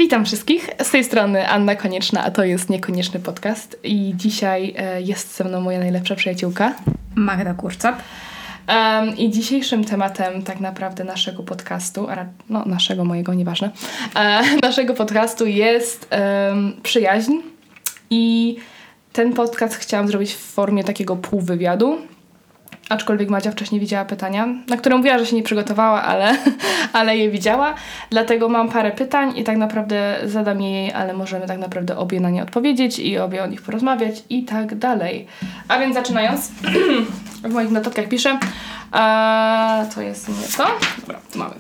Witam wszystkich, z tej strony Anna Konieczna, a to jest Niekonieczny Podcast i dzisiaj jest ze mną moja najlepsza przyjaciółka Magda Kurczak. I dzisiejszym tematem tak naprawdę naszego podcastu, mojego, nieważne, naszego podcastu jest przyjaźń i ten podcast chciałam zrobić w formie takiego półwywiadu. Aczkolwiek Madzia wcześniej widziała pytania, na które mówiła, że się nie przygotowała, ale je widziała. Dlatego mam parę pytań i tak naprawdę zadam je jej, ale możemy tak naprawdę obie na nie odpowiedzieć i obie o nich porozmawiać i tak dalej. A więc zaczynając, w moich notatkach piszę, to jest nie to. Dobra, to mamy.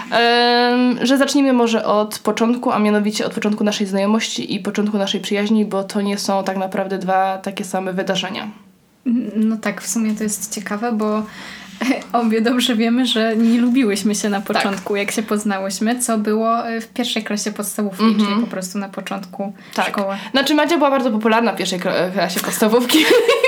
Że zacznijmy może od początku, a mianowicie od początku naszej znajomości i początku naszej przyjaźni, bo to nie są tak naprawdę dwa takie same wydarzenia. No tak, w sumie to jest ciekawe, bo obie dobrze wiemy, że nie lubiłyśmy się na początku, jak się poznałyśmy, co było w pierwszej klasie podstawówki, czyli po prostu na początku szkoły. Znaczy Madzia była bardzo popularna w pierwszej klasie podstawówki,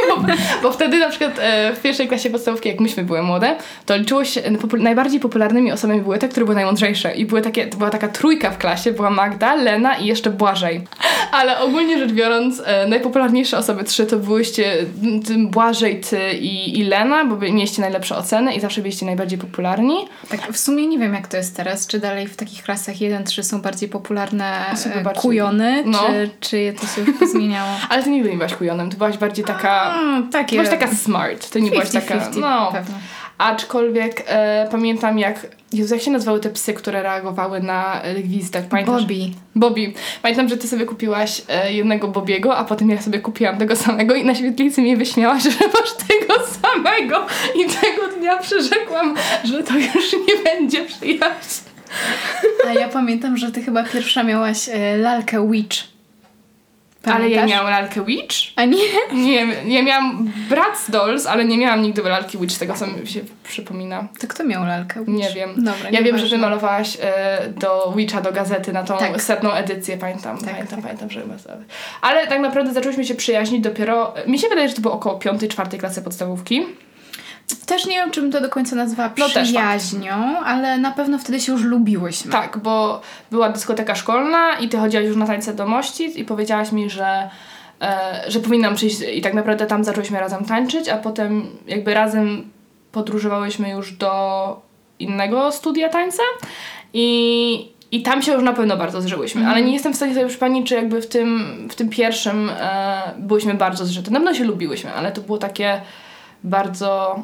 bo wtedy na przykład w pierwszej klasie podstawówki, jak myśmy były młode, to liczyło się, najbardziej popularnymi osobami były te, które były najmądrzejsze i była taka trójka w klasie, była Magda, Lena i jeszcze Błażej. Ale ogólnie rzecz biorąc, najpopularniejsze osoby trzy to byłyście Błażej, ty i Lena, bo mieliście najlepsze oceny i zawsze byliście najbardziej popularni. Tak, w sumie nie wiem, jak to jest teraz. Czy dalej w takich klasach 1-3 są bardziej popularne bardziej kujony, czy to się już pozmieniało? Ale ty nie byłaś kujonem, ty byłaś bardziej taka... Ty byłaś taka smart, ty nie byłaś taka... Pewnie. Aczkolwiek pamiętam jak się nazywały te psy, które reagowały na gwizdek. Pamiętasz? Bobby. Pamiętam, że ty sobie kupiłaś jednego Bobiego, a potem ja sobie kupiłam tego samego i na świetlicy mnie wyśmiałaś, że masz tego samego. I tego dnia przyrzekłam, że to już nie będzie przyjaźń. A ja pamiętam, że ty chyba pierwsza miałaś lalkę Witch. Pamiętasz? Ale ja miałam lalkę Witch? A nie? Nie, ja miałam Bratz Dolls, ale nie miałam nigdy lalki Witch, z tego co mi się przypomina. To kto miał lalkę Witch? Nie wiem. Dobra, ja wiem, że ty malowałaś do Witcha, do gazety na tą 100. edycję, pamiętam, że chyba sobie. Ale tak naprawdę zaczęłyśmy się przyjaźnić dopiero, mi się wydaje, że to było około 5-4 klasy podstawówki. Też nie wiem, czy bym to do końca nazwała przyjaźnią, ale na pewno wtedy się już lubiłyśmy. Tak, bo była dyskoteka szkolna i ty chodziłaś już na tańce do Mościc i powiedziałaś mi, że powinnam przyjść i tak naprawdę tam zaczęłyśmy razem tańczyć, a potem jakby razem podróżowałyśmy już do innego studia tańca i tam się już na pewno bardzo zżyłyśmy, ale nie jestem w stanie sobie przypomnieć, czy jakby w tym pierwszym byłyśmy bardzo zżyte. Na pewno się lubiłyśmy, ale to było takie bardzo...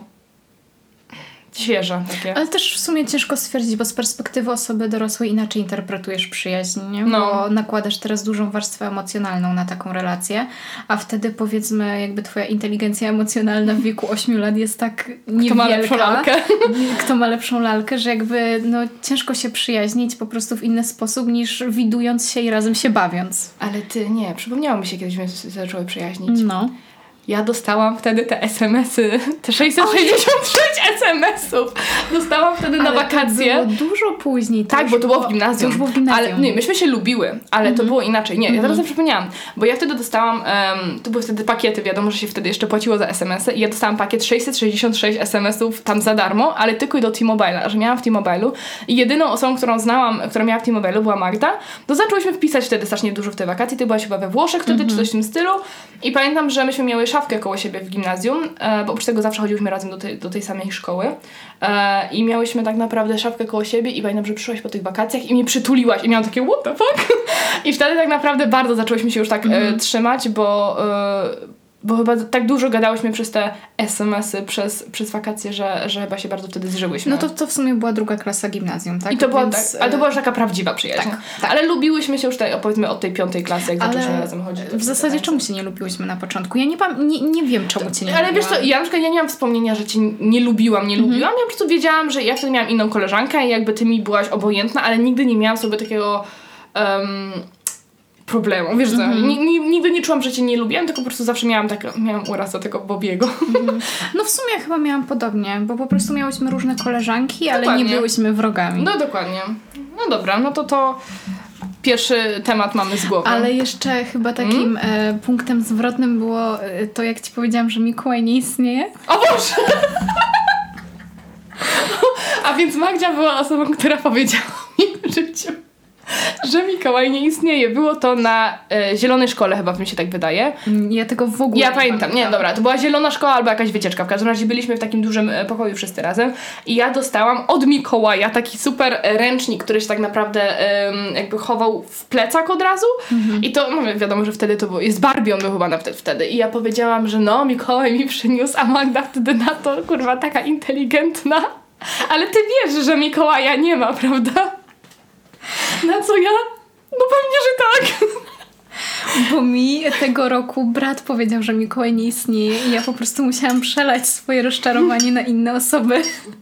świeże takie. Ale też w sumie ciężko stwierdzić, bo z perspektywy osoby dorosłej inaczej interpretujesz przyjaźń, nie? Bo nakładasz teraz dużą warstwę emocjonalną na taką relację, a wtedy powiedzmy jakby twoja inteligencja emocjonalna w wieku 8 lat jest tak niewielka. Kto ma lepszą lalkę? Kto ma lepszą lalkę, że jakby ciężko się przyjaźnić po prostu w inny sposób niż widując się i razem się bawiąc. Ale ty nie, przypomniało mi się kiedyś my zaczęły przyjaźnić. No. Ja dostałam wtedy te SMS-y, te 666 SMS-ów. Dostałam wtedy na wakacje. To było dużo później. Tak, bo to było w gimnazjum. To już było w gimnazjum. Ale nie, myśmy się lubiły, ale to było inaczej. Nie, ja teraz sobie przypomniałam, bo ja wtedy dostałam, to były wtedy pakiety, wiadomo, że się wtedy jeszcze płaciło za SMS-y i ja dostałam pakiet 666 SMS-ów tam za darmo, ale tylko do T-Mobile'a, że miałam w T-Mobile'u i jedyną osobą, którą znałam, która miała w T-Mobile'u była Magda, to zaczęłyśmy wpisać wtedy strasznie dużo w te wakacje. Ty byłaś chyba we Włoszech wtedy, czy coś w tym stylu i pamiętam, że myśmy miały szafkę koło siebie w gimnazjum, bo oprócz tego zawsze chodziłyśmy razem do tej samej szkoły i miałyśmy tak naprawdę szafkę koło siebie i pamiętam, że przyszłaś po tych wakacjach i mnie przytuliłaś i miałam takie what the fuck? I wtedy tak naprawdę bardzo zaczęłyśmy się już tak trzymać, bo chyba tak dużo gadałyśmy przez te SMS-y, przez wakacje, że chyba się bardzo wtedy zżyłyśmy. No to w sumie była druga klasa gimnazjum, tak? I to była ale to była już taka prawdziwa przyjaźń. Tak. Ale lubiłyśmy się już powiedzmy od tej 5. klasy, jak zaczęliśmy razem chodzić. W zasadzie czemu się nie lubiłyśmy na początku? Ja nie wiem, czemu cię nie ale lubiłam. wiesz co, ja na przykład nie mam wspomnienia, że cię nie lubiłam. Ja po prostu wiedziałam, że ja wtedy miałam inną koleżankę i jakby ty mi byłaś obojętna, ale nigdy nie miałam sobie takiego problemu, wiesz co, nigdy nie czułam, że cię nie lubiłam, tylko po prostu zawsze miałam uraz do tego Bobiego. No w sumie chyba miałam podobnie, bo po prostu miałyśmy różne koleżanki, ale nie byłyśmy wrogami. No dokładnie. No dobra, no to pierwszy temat mamy z głowy. Ale jeszcze chyba takim punktem zwrotnym było to, jak ci powiedziałam, że Mikołaj nie istnieje. O Boże! A więc Magdzia była osobą, która powiedziała mi w życiu, że Mikołaj nie istnieje. Było to na Zielonej Szkole, chyba mi się tak wydaje. Ja tego w ogóle nie pamiętam. Nie, dobra, to była Zielona Szkoła albo jakaś wycieczka. W każdym razie byliśmy w takim dużym pokoju wszyscy razem i ja dostałam od Mikołaja taki super ręcznik, który się tak naprawdę jakby chował w plecak od razu. I to, no wiadomo, że wtedy to było, jest Barbie, on był chyba nawet wtedy. I ja powiedziałam, że no, Mikołaj mi przyniósł, a Magda wtedy na to, kurwa, taka inteligentna. Ale ty wiesz, że Mikołaja nie ma, prawda? Na co ja? No pewnie, że tak. Bo mi tego roku brat powiedział, że Mikołaj nie istnieje i ja po prostu musiałam przelać swoje rozczarowanie na inne osoby,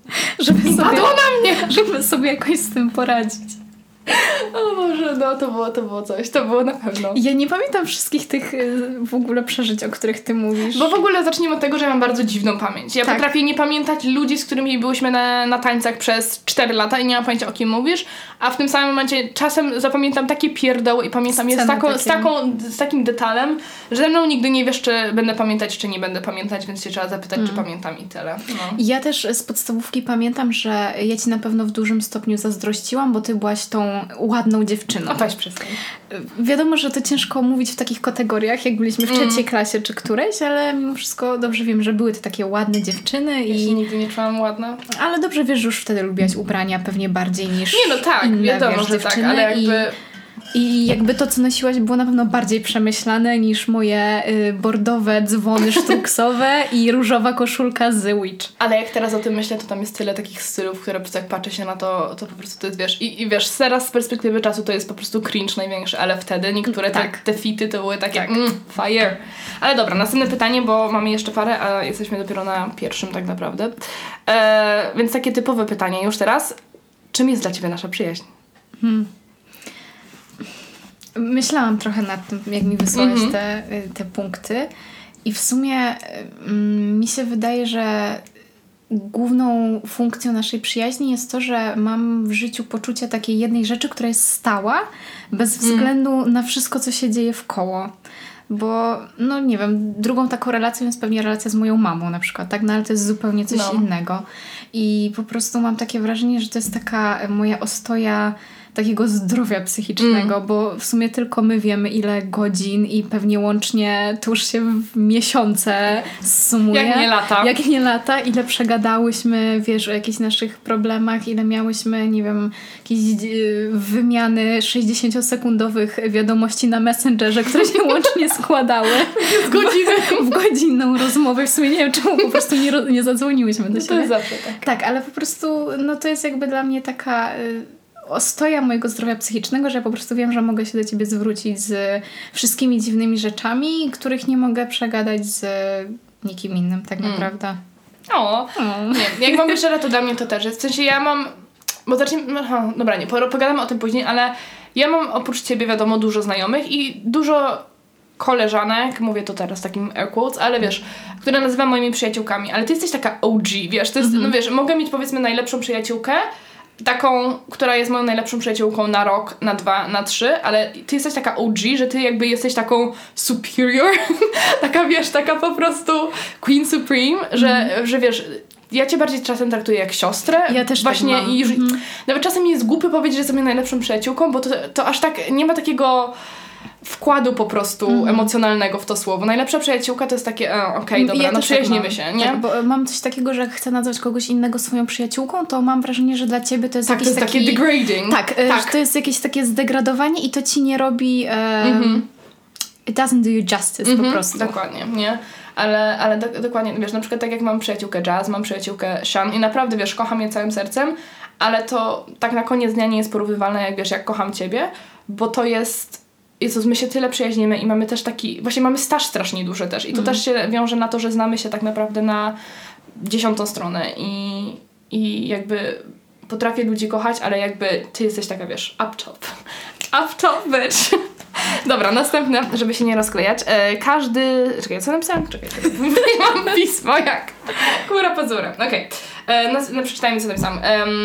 żeby sobie jakoś z tym poradzić. O Boże, no to było coś, to było na pewno. Ja nie pamiętam wszystkich tych w ogóle przeżyć, o których ty mówisz. Bo w ogóle zacznijmy od tego, że ja mam bardzo dziwną pamięć. Ja potrafię nie pamiętać ludzi, z którymi byłyśmy na tańcach przez 4 lata i nie mam pojęcia, o kim mówisz, a w tym samym momencie czasem zapamiętam takie pierdoły i pamiętam je z takim detalem, że ze mną nigdy nie wiesz, czy będę pamiętać, czy nie będę pamiętać, więc cię trzeba zapytać, czy pamiętam i tyle. No. Ja też z podstawówki pamiętam, że ja ci na pewno w dużym stopniu zazdrościłam, bo ty byłaś tą ładną dziewczyną. A weź przestań. Wiadomo, że to ciężko mówić w takich kategoriach, jak byliśmy w trzeciej klasie czy którejś, ale mimo wszystko dobrze wiem, że były to takie ładne dziewczyny. Ja się nigdy nie czułam ładna. Ale dobrze wiesz, że już wtedy lubiłaś ubrania pewnie bardziej niż nie, no tak, inne, wiadomo, wiesz, że dziewczyny. tak, ale jakby... I jakby to, co nosiłaś, było na pewno bardziej przemyślane niż moje bordowe dzwony sztruksowe i różowa koszulka z Witch. Ale jak teraz o tym myślę, to tam jest tyle takich stylów, które po prostu jak patrzę się na to po prostu to jest, wiesz, i wiesz, teraz z perspektywy czasu to jest po prostu cringe największy, ale wtedy niektóre te fity to były takie fire. Ale dobra, następne pytanie, bo mamy jeszcze parę, a jesteśmy dopiero na pierwszym tak naprawdę. Więc takie typowe pytanie już teraz. Czym jest dla ciebie nasza przyjaźń? Myślałam trochę nad tym, jak mi wysłałaś te punkty i w sumie mi się wydaje, że główną funkcją naszej przyjaźni jest to, że mam w życiu poczucie takiej jednej rzeczy, która jest stała, bez względu na wszystko, co się dzieje wkoło. Bo, no nie wiem, drugą taką relacją jest pewnie relacja z moją mamą na przykład, tak? No ale to jest zupełnie coś innego. I po prostu mam takie wrażenie, że to jest taka moja ostoja takiego zdrowia psychicznego, bo w sumie tylko my wiemy, ile godzin i pewnie łącznie to już się w miesiące sumuje. Jak nie lata, ile przegadałyśmy, wiesz, o jakichś naszych problemach, ile miałyśmy, nie wiem, jakieś wymiany 60-sekundowych wiadomości na Messengerze, które się łącznie składały w godzinną rozmowę. W sumie nie wiem, czemu po prostu nie zadzwoniłyśmy do siebie. To jest zawsze tak. Tak, ale po prostu, no to jest jakby dla mnie taka ostoja mojego zdrowia psychicznego, że ja po prostu wiem, że mogę się do ciebie zwrócić z wszystkimi dziwnymi rzeczami, których nie mogę przegadać z nikim innym tak naprawdę. Nie, jak mam być szczera, to dla mnie to też jest. W sensie ja mam, bo zacznijmy, dobra, nie, pogadamy o tym później, ale ja mam oprócz ciebie, wiadomo, dużo znajomych i dużo koleżanek, mówię to teraz takim air quotes, ale wiesz, które nazywam moimi przyjaciółkami, ale ty jesteś taka OG, wiesz, to jest, no wiesz, mogę mieć powiedzmy najlepszą przyjaciółkę, taką, która jest moją najlepszą przyjaciółką na rok, na 2, na 3, ale ty jesteś taka OG, że ty jakby jesteś taką superior, taka wiesz, taka po prostu Queen Supreme, że wiesz, ja cię bardziej czasem traktuję jak siostrę. Ja też właśnie tak mam. I już, nawet czasem mi jest głupio powiedzieć, że jestem jej najlepszą przyjaciółką, bo to aż tak, nie ma takiego wkładu po prostu emocjonalnego w to słowo. Najlepsza przyjaciółka to jest takie, okej, dobra, ja przyjaźnimy się, nie? Tak, bo mam coś takiego, że jak chcę nazwać kogoś innego swoją przyjaciółką, to mam wrażenie, że dla ciebie to jest tak, jakieś to jest takie degrading. Tak, że to jest jakieś takie zdegradowanie i to ci nie robi it doesn't do you justice po prostu. Dokładnie, nie? Ale dokładnie, wiesz, na przykład tak jak mam przyjaciółkę Jazz, mam przyjaciółkę Shan i naprawdę, wiesz, kocham je całym sercem, ale to tak na koniec dnia nie jest porównywalne, jak wiesz, jak kocham ciebie, bo to jest Jezus, my się tyle przyjaźnimy i mamy też taki, właśnie mamy staż strasznie duży też i to też się wiąże na to, że znamy się tak naprawdę na 10. stronę i jakby potrafię ludzi kochać, ale jakby ty jesteś taka, wiesz, up top bitch. Dobra, następne, żeby się nie rozklejać. Czekaj, co napisałam? Czekaj, mam pismo, jak? Kura pazura. Okej. Przeczytajmy, co napisałam.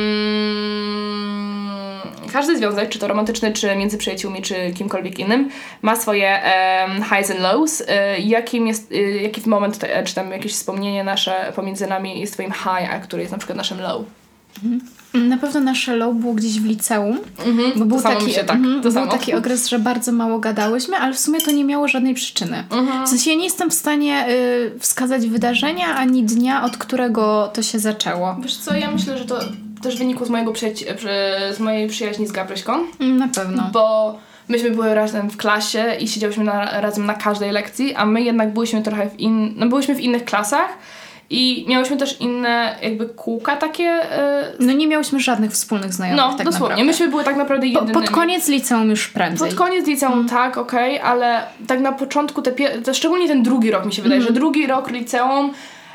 Każdy związek, czy to romantyczny, czy między przyjaciółmi, czy kimkolwiek innym, ma swoje highs and lows. Jaki moment, czy tam jakieś wspomnienie nasze pomiędzy nami jest twoim high, a który jest na przykład naszym low? Na pewno nasze low było gdzieś w liceum, bo był taki okres, że bardzo mało gadałyśmy, ale w sumie to nie miało żadnej przyczyny. W sensie ja nie jestem w stanie wskazać wydarzenia ani dnia, od którego to się zaczęło. Wiesz co, ja myślę, że to też wynikło z mojej przyjaźni z Gabryśką. Na pewno. Bo myśmy były razem w klasie i siedziałyśmy razem na każdej lekcji, a my jednak byłyśmy trochę byłyśmy w innych klasach i miałyśmy też inne jakby kółka takie. No nie miałyśmy żadnych wspólnych znajomych, tak dosłownie. naprawdę. Myśmy były tak naprawdę jedynymi. Pod koniec liceum już prędzej. Pod koniec liceum tak, okej, ale tak na początku, szczególnie ten drugi rok mi się wydaje, że drugi rok liceum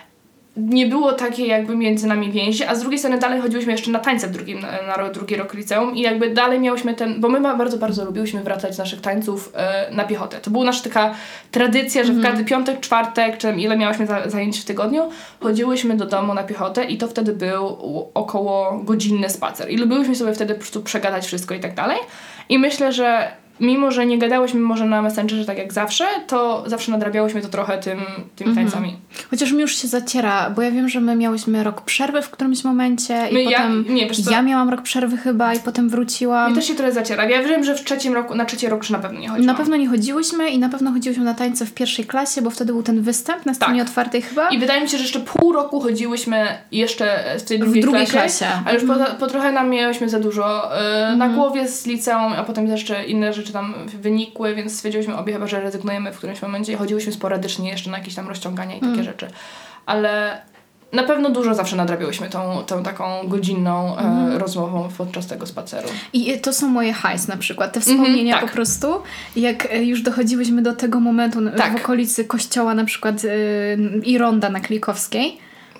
nie było takiej jakby między nami więzi, a z drugiej strony dalej chodziłyśmy jeszcze na tańce na drugi rok liceum i jakby dalej miałyśmy bo my bardzo, bardzo lubiłyśmy wracać z naszych tańców na piechotę. To była nasza taka tradycja, że w każdy piątek, czwartek, czy ile miałyśmy zajęć w tygodniu, chodziłyśmy do domu na piechotę i to wtedy był około godzinny spacer. I lubiłyśmy sobie wtedy po prostu przegadać wszystko i tak dalej. I myślę, że mimo, że nie gadałyśmy może na Messengerze tak jak zawsze, to zawsze nadrabiałyśmy to trochę tymi tańcami. Chociaż mi już się zaciera, bo ja wiem, że my miałyśmy rok przerwy w którymś momencie i potem ja miałam rok przerwy chyba i potem wróciłam. Mi też się trochę zaciera. Ja wiem, że na trzeci rok już na pewno nie chodziłam. Na pewno nie chodziłyśmy i na pewno chodziłyśmy na tańce w pierwszej klasie, bo wtedy był ten występ na scenie otwartej chyba. I wydaje mi się, że jeszcze pół roku chodziłyśmy jeszcze w tej drugiej klasie. A już po trochę nam miałyśmy za dużo na głowie z liceum, a potem jeszcze inne rzeczy tam wynikły, więc stwierdziłyśmy obie chyba, że rezygnujemy w którymś momencie i chodziłyśmy sporadycznie jeszcze na jakieś tam rozciągania i takie rzeczy. Ale na pewno dużo zawsze nadrabiałyśmy tą taką godzinną rozmową podczas tego spaceru. I to są moje highs na przykład, te wspomnienia po prostu, jak już dochodziłyśmy do tego momentu w okolicy kościoła na przykład i ronda na Klikowskiej.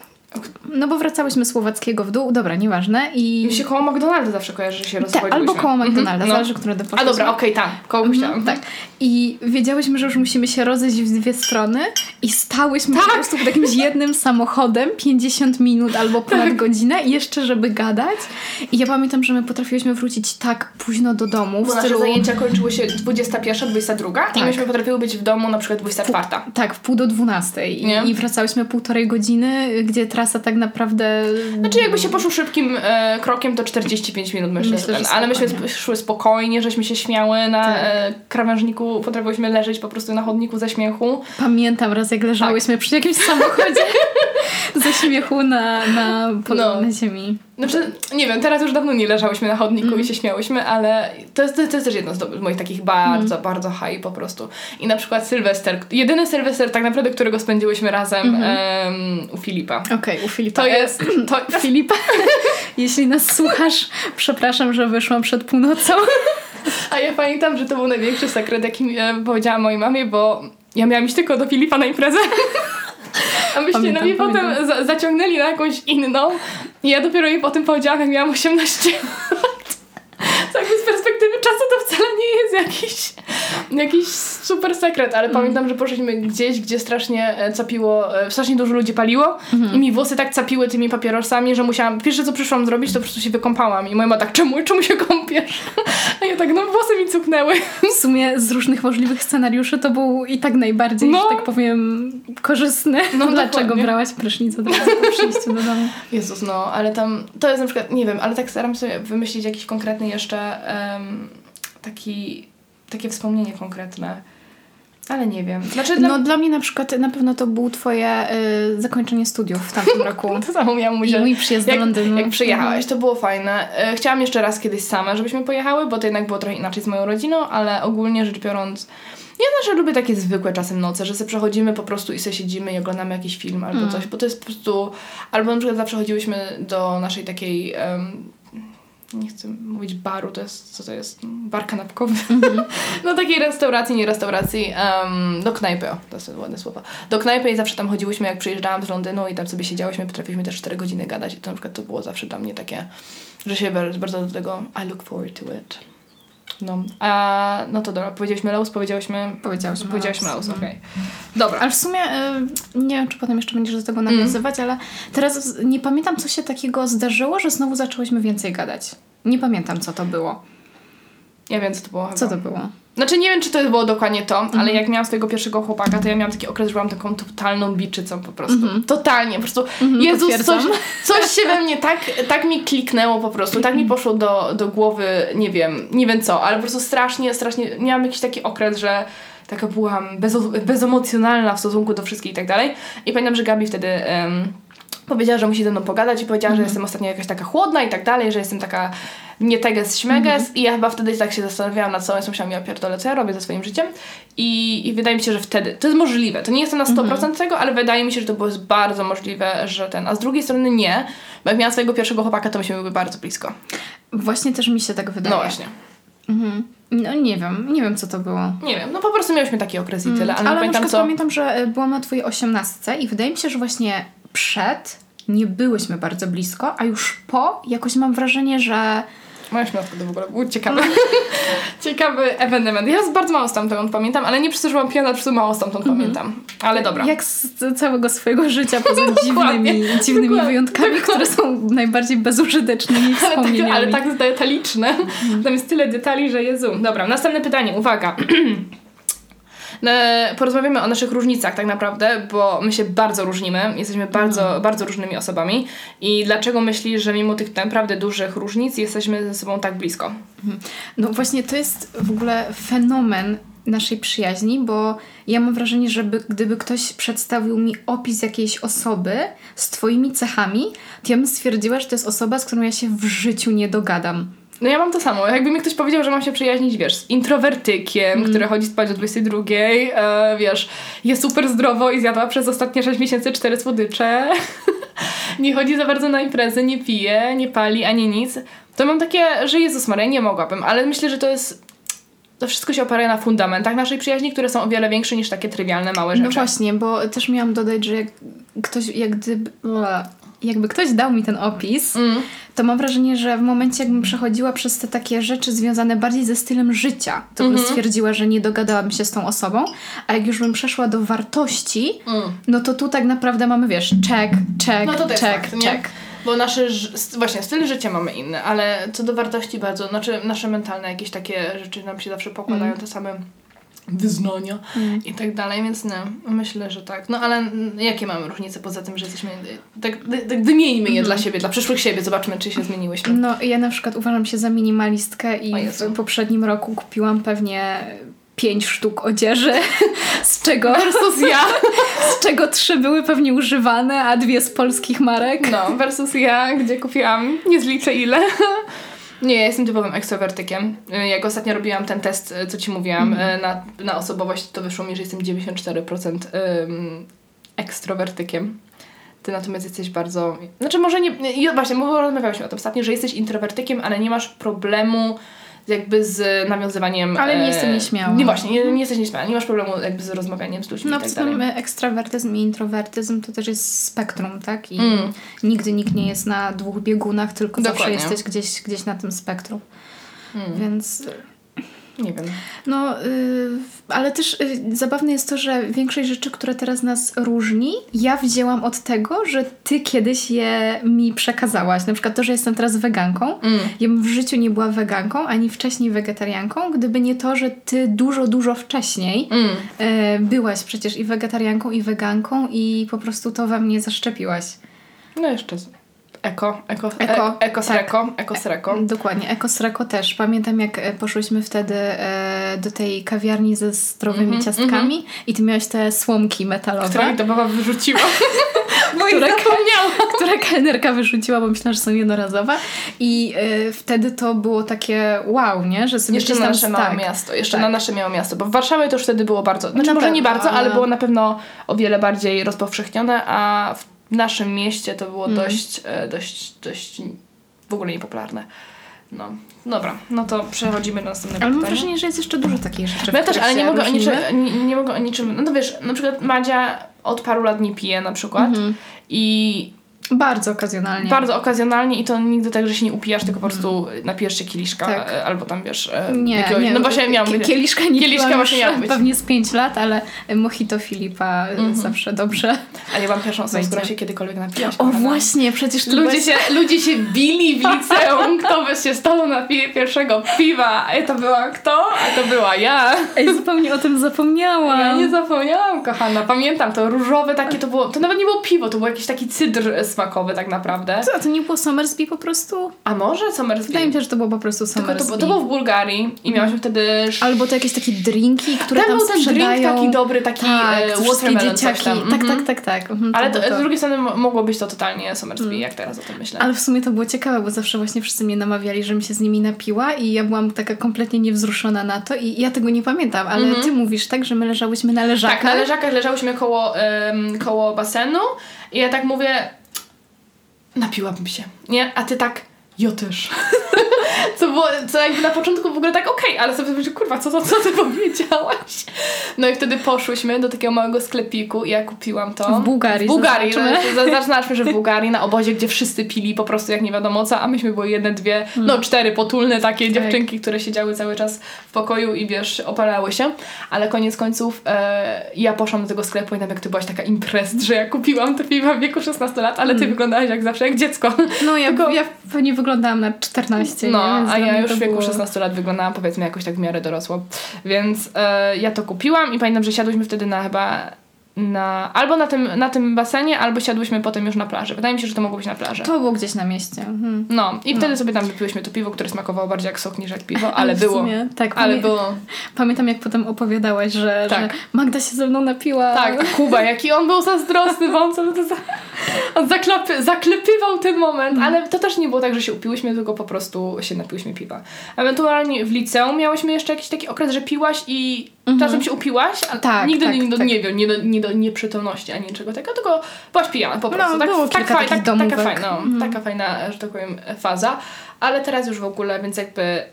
No bo wracałyśmy Słowackiego w dół, dobra, nieważne. I mi się koło McDonalda zawsze kojarzy, że się rozchodziłyśmy. Albo koło McDonalda, zależy, które poszliśmy. A dobra, tam, koło kościoła. Tak. I wiedziałyśmy, że już musimy się rozejść w dwie strony i stałyśmy po prostu pod jakimś jednym samochodem 50 minut albo ponad godzinę i jeszcze, żeby gadać. I ja pamiętam, że my potrafiłyśmy wrócić tak późno do domu. Bo nasze zajęcia kończyły się 21, 22 i myśmy potrafiły być w domu na przykład 24. Tak, w 11:30. I wracałyśmy 1,5 godziny, gdzie trasa tak naprawdę... Znaczy jakby się poszło szybkim krokiem, to 45 minut myślę ale myśmy szły spokojnie, żeśmy się śmiały na krawężniku, potrafiłyśmy leżeć po prostu na chodniku ze śmiechu. Pamiętam raz, jak leżałyśmy przy jakimś samochodzie ze śmiechu na ziemi. Znaczy, nie wiem, teraz już dawno nie leżałyśmy na chodniku i się śmiałyśmy, ale to jest też jedno z moich takich bardzo, bardzo high po prostu. I na przykład Sylwester, jedyny Sylwester tak naprawdę, którego spędziłyśmy razem u Filipa. Okej, u Filipa. Filipa, jeśli nas słuchasz, przepraszam, że wyszłam przed północą. A ja pamiętam, że to był największy sekret, jaki powiedziałam mojej mamie, bo ja miałam iść tylko do Filipa na imprezę. A myście mnie potem zaciągnęli na jakąś inną i ja dopiero jej potem powiedziałam, jak miałam 18 lat. Tak z perspektywy czasu to wcale nie jest jakiś super sekret, ale pamiętam, że poszliśmy gdzieś, gdzie strasznie capiło, strasznie dużo ludzi paliło i mi włosy tak capiły tymi papierosami, że musiałam, pierwsze co przyszłam zrobić, to po prostu się wykąpałam i moja mama tak, czemu się kąpiesz? A ja tak, włosy mi cuknęły. W sumie z różnych możliwych scenariuszy to był i tak najbardziej, że tak powiem, korzystny. Dlaczego brałaś prysznic od razu po przyjściu do domu? Jezus, ale tam, to jest na przykład, nie wiem, ale tak staram sobie wymyślić jakiś konkretny jeszcze takie wspomnienie konkretne. Ale nie wiem. Znaczy, dla mnie na przykład na pewno to było twoje zakończenie studiów w tamtym roku. To samo miałam mówić. I mój przyjazd do Londynu. Jak przyjechałaś, to było fajne. Chciałam jeszcze raz kiedyś sama, żebyśmy pojechały, bo to jednak było trochę inaczej z moją rodziną, ale ogólnie rzecz biorąc, ja znaczy lubię takie zwykłe czasem noce, że sobie przechodzimy po prostu i sobie siedzimy i oglądamy jakiś film albo coś, bo to jest po prostu... Albo na przykład zawsze chodziłyśmy do naszej takiej... nie chcę mówić baru, co to jest? Bar kanapkowy. Takiej restauracji, nie restauracji, do knajpy, to jest ładne słowo. Do knajpy i zawsze tam chodziłyśmy, jak przyjeżdżałam z Londynu i tam sobie siedziałyśmy, potrafiliśmy też 4 godziny gadać i to na przykład to było zawsze dla mnie takie, że się bardzo do tego I look forward to it. To dobra, powiedziałyśmy Laus, powiedziałyśmy Laus, okej. Dobra. Ale w sumie nie wiem, czy potem jeszcze będziesz do tego nawiązywać, ale teraz nie pamiętam, co się takiego zdarzyło, że znowu zaczęłyśmy więcej gadać. Nie pamiętam, co to było. Ja wiem, co to było chyba. Co to było? Znaczy nie wiem, czy to było dokładnie to, ale jak miałam swojego pierwszego chłopaka, to ja miałam taki okres, że byłam taką totalną biczycą po prostu. Totalnie, po prostu Jezus, coś się we mnie tak mi kliknęło po prostu, tak mi poszło do głowy, nie wiem co, ale po prostu strasznie miałam jakiś taki okres, że taka byłam bezemocjonalna w stosunku do wszystkich i tak dalej. I pamiętam, że Gabi wtedy powiedziała, że musi ze mną pogadać i powiedziała, że jestem ostatnio jakaś taka chłodna i tak dalej, że jestem taka nie teges, śmeges i ja chyba wtedy tak się zastanawiałam nad sobą, myślałam, ja pierdolę, co ja robię ze swoim życiem i wydaje mi się, że wtedy, to jest możliwe, to nie jestem na 100% tego, ale wydaje mi się, że to było bardzo możliwe, że a z drugiej strony nie, bo jak miałam swojego pierwszego chłopaka, to myśmy były bardzo blisko. Właśnie też mi się tak wydaje. No właśnie. No nie wiem co to było. Nie wiem, no po prostu miałyśmy taki okres i tyle, ale na przykład pamiętam, że byłam na twojej 18 i wydaje mi się, że właśnie przed nie byłyśmy bardzo blisko, a już po jakoś mam wrażenie, że moja śmiałka to w ogóle był ciekawy. Ciekawy ewenement. Ja bardzo mało stamtąd pamiętam, ale nie przez to, że byłam pijana, po prostu mało stamtąd pamiętam. Ale dobra. Jak z całego swojego życia, poza dziwnymi wyjątkami, które są najbardziej bezużytecznymi wspomnieniami. Ale tak detaliczne. Tam jest tyle detali, że Jezu. Dobra, następne pytanie. Uwaga. Porozmawiamy o naszych różnicach tak naprawdę, bo my się bardzo różnimy, jesteśmy bardzo różnymi osobami i dlaczego myślisz, że mimo tych naprawdę dużych różnic jesteśmy ze sobą tak blisko? No właśnie to jest w ogóle fenomen naszej przyjaźni, bo ja mam wrażenie, że gdyby ktoś przedstawił mi opis jakiejś osoby z twoimi cechami, to ja bym stwierdziła, że to jest osoba, z którą ja się w życiu nie dogadam. No ja mam to samo. Jakby mi ktoś powiedział, że mam się przyjaźnić, wiesz, z introwertykiem, który chodzi spać o 22, wiesz, jest super zdrowo i zjadła przez ostatnie 6 miesięcy 4 słodycze, nie chodzi za bardzo na imprezy, nie pije, nie pali, ani nic, to mam takie, że Jezus Maria, nie mogłabym, ale myślę, że to wszystko się opiera na fundamentach naszej przyjaźni, które są o wiele większe niż takie trywialne, małe rzeczy. No właśnie, bo też miałam dodać, że jakby ktoś dał mi ten opis, to mam wrażenie, że w momencie jakbym przechodziła przez te takie rzeczy związane bardziej ze stylem życia, to bym stwierdziła, że nie dogadałabym się z tą osobą, a jak już bym przeszła do wartości, no to tu tak naprawdę mamy, wiesz, check, no to check. Bo właśnie styl życia mamy inny, ale co do wartości bardzo, znaczy nasze mentalne jakieś takie rzeczy nam się zawsze pokładają te same wyznania i tak dalej, więc nie, myślę, że tak. No ale jakie mamy różnice poza tym, że jesteśmy, tak wymieńmy je dla siebie, dla przyszłych siebie, zobaczmy, czy się zmieniłyśmy. No ja na przykład uważam się za minimalistkę i w poprzednim roku kupiłam pewnie 5 sztuk odzieży, z czego versus ja, z czego 3 były pewnie używane, a 2 z polskich marek. No, versus ja, gdzie kupiłam, nie zliczę ile. Nie, ja jestem typowym ekstrowertykiem. Jak ostatnio robiłam ten test, co ci mówiłam, na osobowość, to wyszło mi, że jestem 94% ekstrowertykiem. Ty natomiast jesteś bardzo... Znaczy może nie... Właśnie, bo rozmawiałyśmy o tym ostatnio, że jesteś introwertykiem, ale nie masz problemu jakby z nawiązywaniem... Ale nie jestem nieśmiała. Nie, właśnie, nie jesteś nieśmiała. Nie masz problemu jakby z rozmawianiem z ludźmi i tak dalej. No ekstrawertyzm i introwertyzm to też jest spektrum, tak? I nigdy nikt nie jest na 2 biegunach, tylko zawsze jesteś gdzieś na tym spektrum. Więc... Nie wiem. No, ale też zabawne jest to, że większość rzeczy, które teraz nas różni, ja wzięłam od tego, że ty kiedyś je mi przekazałaś. Na przykład to, że jestem teraz weganką. Ja bym w życiu nie była weganką, ani wcześniej wegetarianką, gdyby nie to, że ty dużo wcześniej byłaś przecież i wegetarianką, i weganką i po prostu to we mnie zaszczepiłaś. No jeszcze Ekosreko. Dokładnie, Ekosreko też. Pamiętam, jak poszłyśmy wtedy do tej kawiarni ze zdrowymi ciastkami i ty miałaś te słomki metalowe. Które mi to baba wyrzuciła. Które kelnerka wyrzuciła, bo myślałam, że są jednorazowe. I wtedy to było takie wow, nie? Że sobie jeszcze na nasze małe miasto. Jeszcze na nasze małe miasto. Bo w Warszawie to już wtedy było bardzo... Znaczy może nie bardzo, ale było na pewno o wiele bardziej rozpowszechnione, a w naszym mieście to było dość w ogóle niepopularne. No, dobra, no to przechodzimy do następnego pytania. Ale mam wrażenie, że jest jeszcze dużo takich rzeczy. No ja też, ale nie mogę o niczym... No to wiesz, na przykład Madzia od paru lat nie pije na przykład i Bardzo okazjonalnie. Bardzo okazjonalnie i to nigdy tak, że się nie upijasz, tylko po prostu napijesz się kieliszka, tak. Albo tam wiesz... Nie. No właśnie miałam... Kieliszka nie kieliszka właśnie miała być. Pewnie z 5 lat, ale mojito Filipa zawsze dobrze. A nie byłam pierwszą osobą, która się kiedykolwiek napiłaś. O właśnie, przecież ludzie się bili w liceum, kto by się z tobą napije pierwszego piwa. A to była kto? A to była ja. Ej, zupełnie o tym zapomniałam. Ja nie zapomniałam, kochana. Pamiętam to różowe takie, to nawet nie było piwo, to był jakiś taki cydr smakowy tak naprawdę. Co, to nie było Somersby po prostu? A może Somersby? Wydaje mi się, że to było po prostu Somersby. To było w Bułgarii i miałyśmy wtedy... Albo to jakieś takie drinki, które tam sprzedają. Ten drink taki dobry, taki watermelon, coś tam. Tak. Ale z drugiej strony mogło być to totalnie Somersby, jak teraz o tym myślę. Ale w sumie to było ciekawe, bo zawsze właśnie wszyscy mnie namawiali, żebym się z nimi napiła i ja byłam taka kompletnie niewzruszona na to i ja tego nie pamiętam, ale ty mówisz tak, że my leżałyśmy na leżakach. Tak, na leżakach leżałyśmy koło basenu i ja tak mówię, napiłabym się, nie? A ty tak, ja też. Co jakby na początku w ogóle tak okej, ale sobie myślę, kurwa, co ty powiedziałaś? No i wtedy poszłyśmy do takiego małego sklepiku i ja kupiłam to. W Bułgarii. Zaznaczmy, że w Bułgarii, na obozie, gdzie wszyscy pili po prostu jak nie wiadomo co, a myśmy były 1, 2, 4 potulne takie dziewczynki, które siedziały cały czas w pokoju i wiesz, opalały się. Ale koniec końców ja poszłam do tego sklepu i nawet jak ty byłaś taka imprez, że ja kupiłam te piwa w wieku 16 lat, ale ty wyglądałaś jak zawsze, jak dziecko. No ja pewnie wyglądałam na 14, no, nie? Więc a ja już w wieku było... 16 lat wyglądałam powiedzmy jakoś tak w miarę dorosło. Więc ja to kupiłam i pamiętam, że siadłyśmy wtedy albo na tym basenie, albo siadłyśmy potem już na plaży. Wydaje mi się, że to mogło być na plaży. To było gdzieś na mieście. No i wtedy sobie tam wypiłyśmy to piwo, które smakowało bardziej jak sok niż jak piwo, ale było. Sumie, tak, było. Pamiętam, jak potem opowiadałaś, że Magda się ze mną napiła. Tak, a Kuba, jaki on był zazdrosny, bo on zaklepywał ten moment, ale to też nie było tak, że się upiłyśmy, tylko po prostu się napiłyśmy piwa. Ewentualnie w liceum miałyśmy jeszcze jakiś taki okres, że piłaś i czasem się upiłaś, a nigdy nie wiem, nie do nieprzytomności ani niczego takiego, tylko byłaś pijana po prostu. Taka fajna, że tak powiem, faza, ale teraz już w ogóle, więc jakby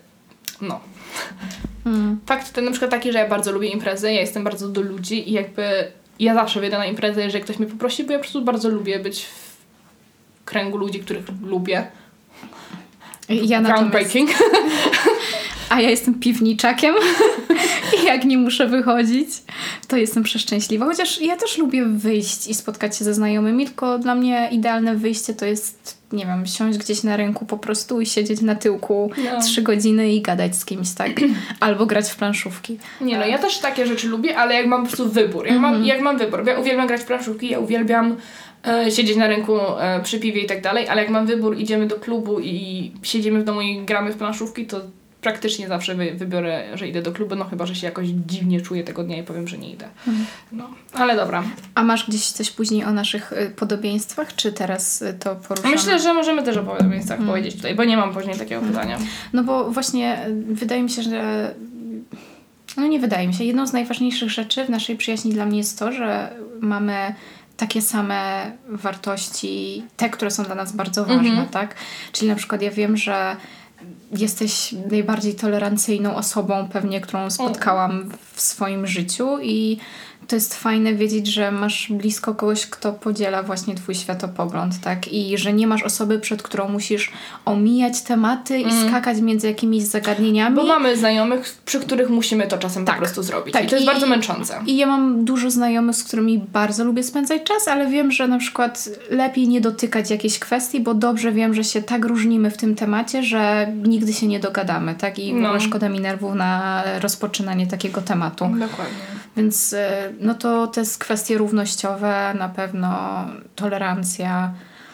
fakt ten na przykład taki, że ja bardzo lubię imprezy, ja jestem bardzo do ludzi i jakby ja zawsze wyjdę na imprezę, jeżeli ktoś mnie poprosi, bo ja po prostu bardzo lubię być w kręgu ludzi, których lubię. Groundbreaking. A ja jestem piwniczakiem i jak nie muszę wychodzić, to jestem przeszczęśliwa. Chociaż ja też lubię wyjść i spotkać się ze znajomymi, tylko dla mnie idealne wyjście to jest, nie wiem, siąść gdzieś na rynku po prostu i siedzieć na tyłku 3 godziny i gadać z kimś, tak? Albo grać w planszówki. Nie, ja też takie rzeczy lubię, ale jak mam po prostu wybór. Jak mam wybór. Ja uwielbiam grać w planszówki, ja uwielbiam siedzieć na rynku przy piwie i tak dalej, ale jak mam wybór, idziemy do klubu i siedzimy w domu i gramy w planszówki, to praktycznie zawsze wybiorę, że idę do klubu, no chyba, że się jakoś dziwnie czuję tego dnia i powiem, że nie idę. No, ale dobra. A masz gdzieś coś później o naszych podobieństwach, czy teraz to poruszamy? Myślę, że możemy też o podobieństwach powiedzieć tutaj, bo nie mam później takiego pytania. No bo właśnie wydaje mi się, że... No nie wydaje mi się. Jedną z najważniejszych rzeczy w naszej przyjaźni dla mnie jest to, że mamy takie same wartości, te, które są dla nas bardzo ważne, tak? Czyli na przykład ja wiem, że jesteś najbardziej tolerancyjną osobą pewnie, którą spotkałam w swoim życiu i to jest fajne wiedzieć, że masz blisko kogoś, kto podziela właśnie twój światopogląd, tak? I że nie masz osoby, przed którą musisz omijać tematy i skakać między jakimiś zagadnieniami. Bo mamy znajomych, przy których musimy to czasem po prostu zrobić. Tak. I to jest bardzo męczące. I ja mam dużo znajomych, z którymi bardzo lubię spędzać czas, ale wiem, że na przykład lepiej nie dotykać jakiejś kwestii, bo dobrze wiem, że się tak różnimy w tym temacie, że nigdy się nie dogadamy, tak? I w ogóle szkoda mi nerwów na rozpoczynanie takiego tematu. Dokładnie. Więc no to te jest kwestie równościowe, na pewno tolerancja.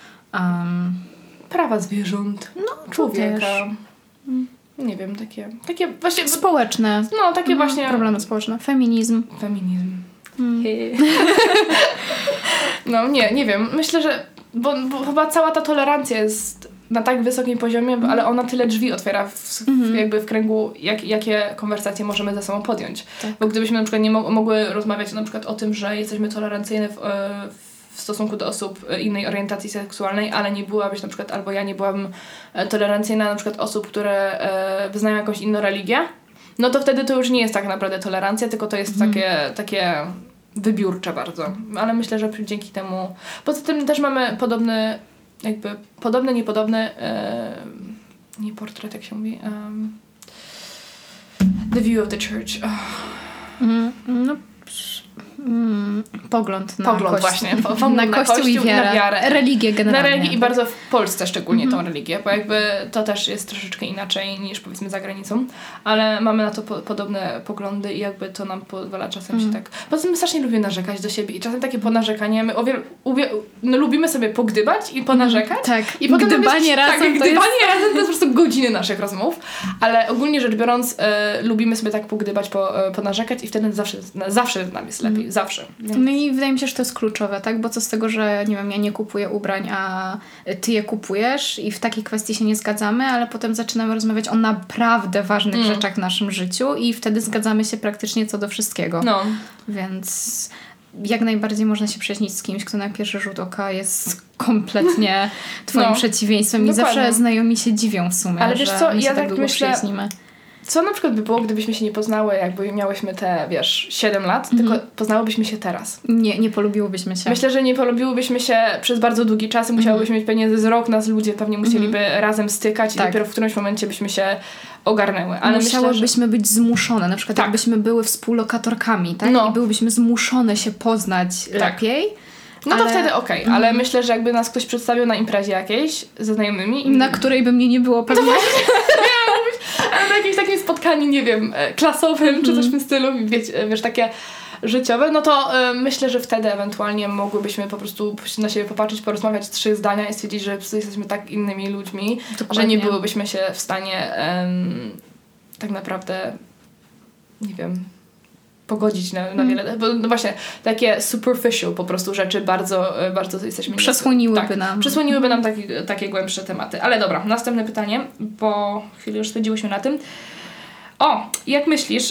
Prawa zwierząt. No, człowieka. Nie wiem, takie właśnie... Społeczne. No, takie właśnie... Problemy społeczne. Feminizm. No, nie wiem. Myślę, że... Bo chyba cała ta tolerancja jest na tak wysokim poziomie, ale ona tyle drzwi otwiera jakby w kręgu, jakie konwersacje możemy ze sobą podjąć. Tak. Bo gdybyśmy na przykład nie mogły rozmawiać na przykład o tym, że jesteśmy tolerancyjne w stosunku do osób innej orientacji seksualnej, ale nie byłabyś na przykład, albo ja nie byłabym tolerancyjna na przykład osób, które wyznają jakąś inną religię, no to wtedy to już nie jest tak naprawdę tolerancja, tylko to jest takie wybiórcze bardzo. Ale myślę, że dzięki temu... Poza tym też mamy niepodobny, nie portret, jak się mówi, the view of the church. Pogląd na Pogląd Kościół. właśnie. Pogląd na Kościół i na wiarę. Religię generalnie. Na religię i bardzo w Polsce szczególnie tą religię, bo jakby to też jest troszeczkę inaczej niż powiedzmy za granicą, ale mamy na to podobne poglądy i jakby to nam pozwala czasem się tak... Poza tym my strasznie lubimy narzekać do siebie i czasem takie ponarzekanie, my lubimy sobie pogdybać i ponarzekać. Tak, i potem gdybanie razem to jest po prostu godziny naszych rozmów, ale ogólnie rzecz biorąc lubimy sobie tak pogdybać, ponarzekać i wtedy zawsze nam jest lepiej, zawsze. Więc... No i wydaje mi się, że to jest kluczowe, tak? Bo co z tego, że nie wiem, ja nie kupuję ubrań, a ty je kupujesz i w takiej kwestii się nie zgadzamy, ale potem zaczynamy rozmawiać o naprawdę ważnych rzeczach w naszym życiu i wtedy zgadzamy się praktycznie co do wszystkiego. No. Więc jak najbardziej można się przyjaźnić z kimś, kto na pierwszy rzut oka jest kompletnie twoim przeciwieństwem. Dokładnie. I zawsze znajomi się dziwią w sumie, ale wiesz że co, my się ja tak długo myślę, przyjaźnimy. co na przykład by było, gdybyśmy się nie poznały, jakby miałyśmy te, 7 lat, tylko poznałybyśmy się teraz. Nie polubiłybyśmy się. Myślę, że nie polubiłybyśmy się przez bardzo długi czas i musiałybyśmy mieć pewnie z rok, nas ludzie pewnie musieliby razem stykać i dopiero w którymś momencie byśmy się ogarnęły. Ale musiałybyśmy być zmuszone, na przykład jakbyśmy były współlokatorkami, tak? I byłybyśmy zmuszone się poznać lepiej. No to wtedy okej, ale myślę, że jakby nas ktoś przedstawił na imprezie jakiejś ze znajomymi. Na której by mnie nie było pewnie. Ale na jakimś takim spotkaniu, nie wiem, klasowym czy coś w tym stylu, wiesz, takie życiowe, no to myślę, że wtedy ewentualnie mogłybyśmy po prostu na siebie popatrzeć, porozmawiać 3 zdania i stwierdzić, że jesteśmy tak innymi ludźmi, że nie byłybyśmy się w stanie tak naprawdę, nie wiem, pogodzić na wiele, bo no właśnie takie superficial po prostu rzeczy bardzo jesteśmy... Przesłoniłyby nam. Przesłoniłyby nam takie głębsze tematy. Ale dobra, następne pytanie, bo chwilę już spędziłyśmy na tym. Jak myślisz,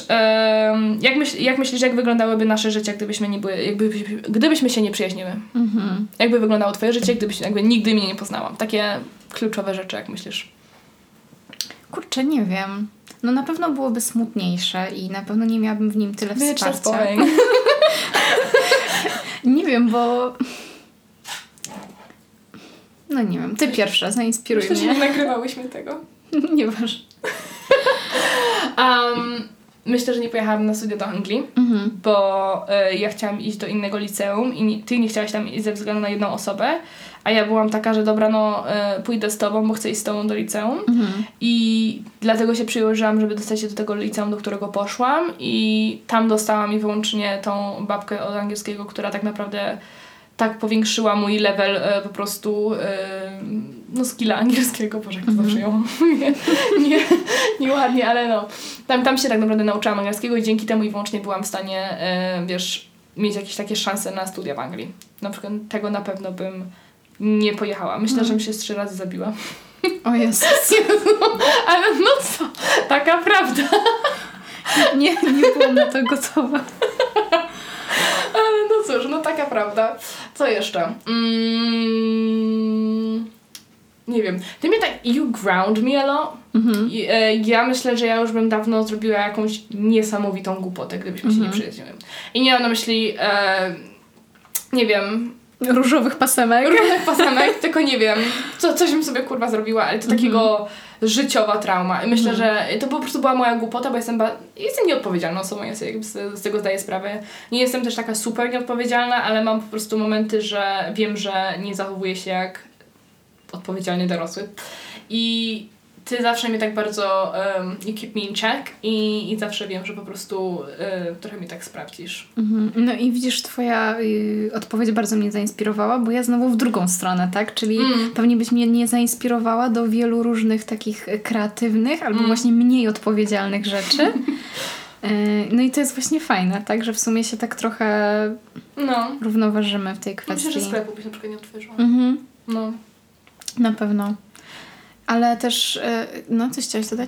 jak wyglądałyby nasze życie, gdybyśmy nie były, gdybyśmy się nie przyjaźniły? Jakby wyglądało twoje życie, gdybyś nigdy mnie nie poznała? Takie kluczowe rzeczy, jak myślisz? Kurczę, nie wiem. No na pewno byłoby smutniejsze i na pewno nie miałabym w nim tyle wsparcia. Nie wiem, bo... No nie wiem, ty pierwsza, zainspiruj mnie. Myślę, że nie nagrywałyśmy tego. Nieważne. Myślę, że nie pojechałam na studia do Anglii, bo ja chciałam iść do innego liceum i ty nie chciałaś tam iść ze względu na jedną osobę, a ja byłam taka, że dobra, pójdę z tobą, bo chcę iść z tobą do liceum i dlatego się przyłożyłam, żeby dostać się do tego liceum, do którego poszłam i tam dostałam i wyłącznie tą babkę od angielskiego, która tak naprawdę tak powiększyła mój level po prostu skilla angielskiego. Boże, jak to zawsze ją nieładnie, ale tam się tak naprawdę nauczyłam angielskiego i dzięki temu i wyłącznie byłam w stanie, mieć jakieś takie szanse na studia w Anglii. Na przykład tego na pewno bym nie pojechała. Myślę, że bym się z 3 razy zabiła. O Jezus. Ale co? Taka prawda. Nie byłam na to gotowa. Ale cóż, taka prawda. Co jeszcze? Nie wiem. Ty mnie tak... You ground me a lot. Ja myślę, że ja już bym dawno zrobiła jakąś niesamowitą głupotę, gdybyśmy się nie przyjaźniły. I nie mam na myśli... nie wiem... Różowych pasemek, tylko nie wiem, coś bym sobie zrobiła, ale to takiego życiowa trauma. I myślę, że to po prostu była moja głupota, bo jestem nieodpowiedzialną osobą, ja sobie z tego zdaję sprawę. Nie jestem też taka super nieodpowiedzialna, ale mam po prostu momenty, że wiem, że nie zachowuję się jak odpowiedzialny dorosły. I ty zawsze mnie tak bardzo you keep me in check i zawsze wiem, że po prostu trochę mnie tak sprawdzisz. No i widzisz, twoja odpowiedź bardzo mnie zainspirowała, bo ja znowu w drugą stronę, tak? Czyli pewnie byś mnie nie zainspirowała do wielu różnych takich kreatywnych albo właśnie mniej odpowiedzialnych rzeczy. No i to jest właśnie fajne, tak? Że w sumie się tak trochę równoważymy w tej kwestii. Myślę, że sklepu byś na przykład nie otworzyła. No. Na pewno. Ale też, coś chciałaś dodać?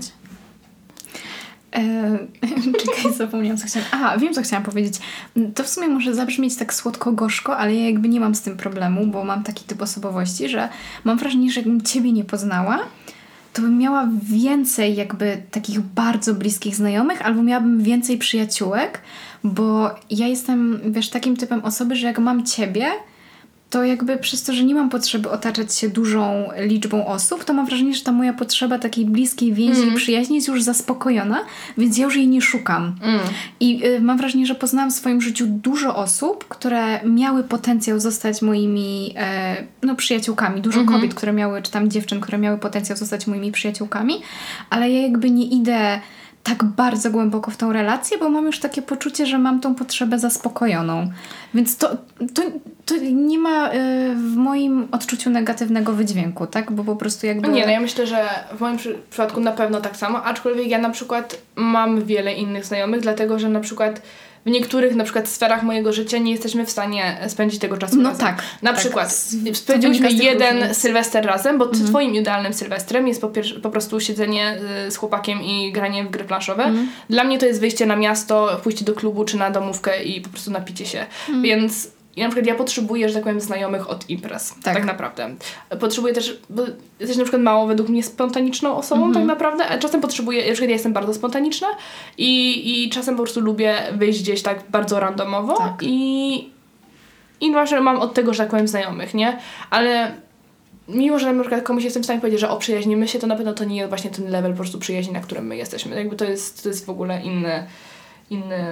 Czekaj, zapomniałam, co chciałam... wiem, co chciałam powiedzieć. To w sumie może zabrzmieć tak słodko-gorzko, ale ja jakby nie mam z tym problemu, bo mam taki typ osobowości, że mam wrażenie, że jakbym ciebie nie poznała, to bym miała więcej jakby takich bardzo bliskich znajomych, albo miałabym więcej przyjaciółek, bo ja jestem, wiesz, takim typem osoby, że jak mam ciebie, to jakby przez to, że nie mam potrzeby otaczać się dużą liczbą osób, to mam wrażenie, że ta moja potrzeba takiej bliskiej więzi i przyjaźni jest już zaspokojona, więc ja już jej nie szukam. I mam wrażenie, że poznałam w swoim życiu dużo osób, które miały potencjał zostać moimi przyjaciółkami. Dużo kobiet, które miały, czy tam dziewczyn, które miały potencjał zostać moimi przyjaciółkami, ale ja jakby nie idę tak bardzo głęboko w tą relację, bo mam już takie poczucie, że mam tą potrzebę zaspokojoną. Więc to nie ma w moim odczuciu negatywnego wydźwięku, tak? Bo po prostu jakby... Nie, no ja myślę, że w moim przypadku na pewno tak samo, aczkolwiek ja na przykład mam wiele innych znajomych, dlatego, że na przykład w niektórych na przykład sferach mojego życia nie jesteśmy w stanie spędzić tego czasu razem. Tak. Na przykład spędziłyśmy jeden Sylwester razem, bo twoim idealnym Sylwestrem jest po prostu siedzenie z chłopakiem i granie w gry planszowe. Dla mnie to jest wyjście na miasto, pójście do klubu czy na domówkę i po prostu napicie się. Więc na przykład ja potrzebuję, że tak powiem, znajomych od imprez. Tak naprawdę. Potrzebuję też, bo jesteś na przykład mało według mnie spontaniczną osobą tak naprawdę, a czasem potrzebuję, na przykład ja jestem bardzo spontaniczna i czasem po prostu lubię wyjść gdzieś tak bardzo randomowo i właśnie mam od tego, że tak powiem, znajomych, nie? Ale mimo, że na przykład komuś jestem w stanie powiedzieć, że przyjaźnimy się, to na pewno to nie jest właśnie ten level po prostu przyjaźni, na którym my jesteśmy. Jakby to jest w ogóle inny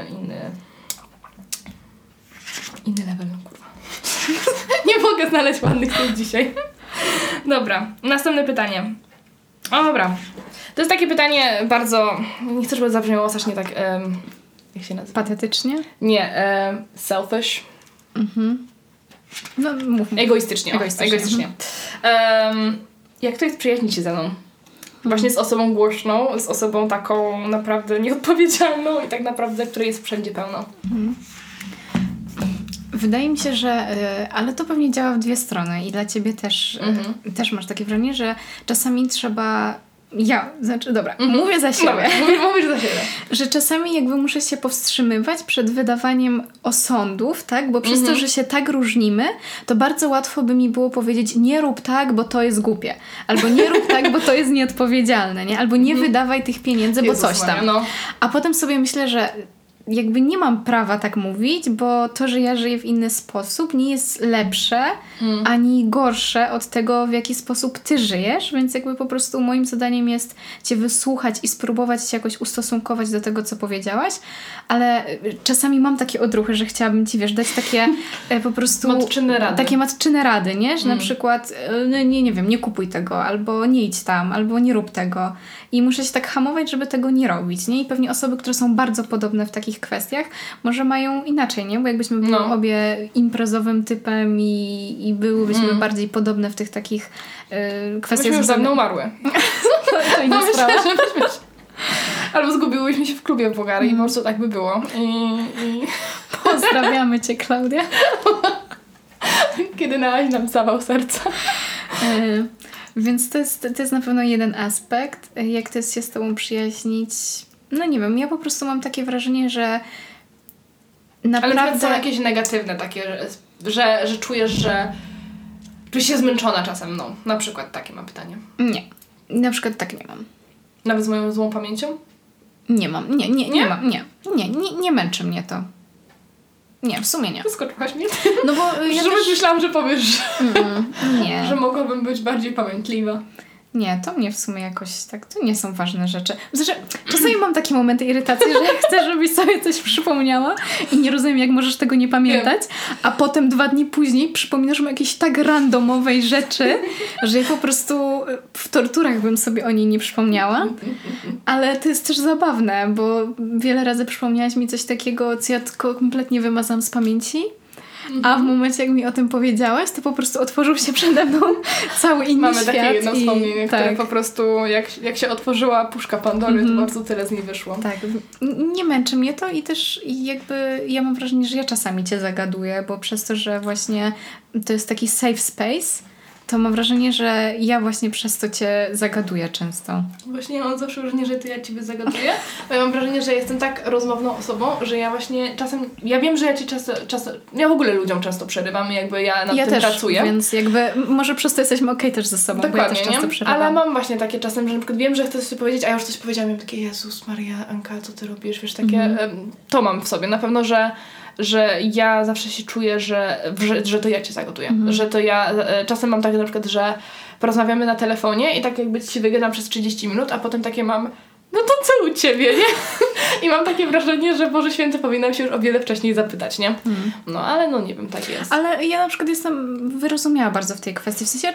level, kurwa. Nie mogę znaleźć ładnych słów dzisiaj. Dobra, następne pytanie. Dobra. To jest takie pytanie bardzo... Nie chcę, żeby zabrzmiało strasznie tak... jak się nazywa? Patetycznie? Nie, selfish. No, mówmy. Egoistycznie. Jak to jest przyjaźnić się ze mną? Właśnie z osobą głośną, z osobą taką naprawdę nieodpowiedzialną i tak naprawdę, której jest wszędzie pełno. Wydaje mi się, że... ale to pewnie działa w dwie strony i dla ciebie też masz takie wrażenie, że czasami trzeba... mówię za siebie. Dobra, mówisz za siebie. Że czasami jakby muszę się powstrzymywać przed wydawaniem osądów, tak? Bo przez to, że się tak różnimy, to bardzo łatwo by mi było powiedzieć nie rób tak, bo to jest głupie. Albo nie rób tak, bo to jest nieodpowiedzialne, nie? Albo nie wydawaj tych pieniędzy, bo coś tam. A potem sobie myślę, że jakby nie mam prawa tak mówić, bo to, że ja żyję w inny sposób nie jest lepsze ani gorsze od tego, w jaki sposób ty żyjesz, więc jakby po prostu moim zadaniem jest cię wysłuchać i spróbować się jakoś ustosunkować do tego, co powiedziałaś, ale czasami mam takie odruchy, że chciałabym ci, dać takie po prostu... matczyne rady. Takie matczyne rady, nie? Że na przykład nie wiem, nie kupuj tego, albo nie idź tam, albo nie rób tego. I muszę się tak hamować, żeby tego nie robić, nie? I pewnie osoby, które są bardzo podobne w takich kwestiach, może mają inaczej, nie? Bo jakbyśmy były obie imprezowym typem i byłybyśmy bardziej podobne w tych takich kwestiach. Byśmy już dawno umarły. To inna sprawa. Albo zgubiłyśmy się w klubie w Bułgarii i po prostu tak by było. Pozdrawiamy cię, Klaudia. Kiedy nalazi nam zawał serca. Więc to jest na pewno jeden aspekt. Jak to jest się z tobą przyjaźnić? No nie wiem, ja po prostu mam takie wrażenie, że naprawdę... Ale są jakieś negatywne takie, że czujesz, że czujesz się zmęczona czasem, na przykład takie mam pytanie. Nie. Na przykład tak nie mam. Nawet z moją złą pamięcią? Nie mam. Nie mam. Nie męczy mnie to. Nie, w sumie nie. Zaskoczyłaś mnie. No bo ja myślałam, że powiesz, nie. że mogłabym być bardziej pamiętliwa. Nie, to mnie w sumie jakoś tak, to nie są ważne rzeczy. Znaczy, czasami mam takie momenty irytacji, że chcę, żebyś sobie coś przypomniała i nie rozumiem, jak możesz tego nie pamiętać, a potem 2 dni później przypominasz mi jakiejś tak randomowej rzeczy, że ja po prostu w torturach bym sobie o niej nie przypomniała. Ale to jest też zabawne, bo wiele razy przypomniałaś mi coś takiego, co ja kompletnie wymazałam z pamięci. A w momencie, jak mi o tym powiedziałaś, to po prostu otworzył się przede mną cały inny Mamy świat. Mamy takie jedno wspomnienie, tak. które po prostu, jak się otworzyła puszka Pandory, to po prostu tyle z niej wyszło. Tak. Nie męczy mnie to i też jakby ja mam wrażenie, że ja czasami cię zagaduję, bo przez to, że właśnie to jest taki safe space, to mam wrażenie, że ja właśnie przez to cię zagaduję często. Właśnie ja mam zawsze wrażenie, że ja ciebie zagaduję, bo ja mam wrażenie, że jestem tak rozmowną osobą, że ja właśnie czasem, ja wiem, że ja ci czasem ja w ogóle ludziom często przerywam i jakby ja nad tym też, pracuję. Więc jakby może przez to jesteśmy okej też ze sobą, dokładnie, bo ja też często przerywam. Ale mam właśnie takie czasem, że na przykład wiem, że chcę coś powiedzieć, a ja już coś powiedziałam i mam takie, Jezus Maria, Anka, co ty robisz? Wiesz, takie, to mam w sobie. Na pewno, że ja zawsze się czuję, że to ja cię zagotuję. Że to ja, czasem mam tak na przykład, że porozmawiamy na telefonie i tak jakby ci wygadam przez 30 minut, a potem takie mam, no to co u ciebie, nie? I mam takie wrażenie, że Boże Święty powinnam się już o wiele wcześniej zapytać, nie? No, ale no nie wiem, tak jest. Ale ja na przykład jestem wyrozumiała bardzo w tej kwestii. W sensie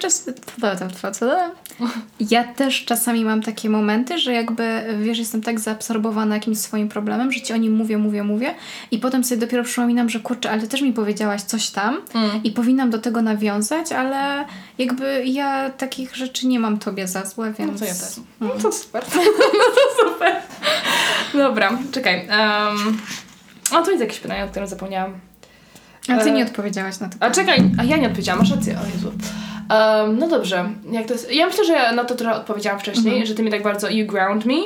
ja też czasami mam takie momenty, że jakby, wiesz, jestem tak zaabsorbowana jakimś swoim problemem, że ci o nim mówię i potem sobie dopiero przypominam, że kurczę, ale ty też mi powiedziałaś coś tam i powinnam do tego nawiązać, ale jakby ja takich rzeczy nie mam tobie za złe, więc... No to ja też. No to super. Super. Dobra, czekaj. To jest jakieś pytanie, o którym zapomniałam. A ty nie odpowiedziałaś na to. A czekaj, a ja nie odpowiedziałam, masz rację, o Jezu. No dobrze, jak to jest? Ja myślę, że ja na to trochę odpowiedziałam wcześniej, że ty mi tak bardzo you ground me,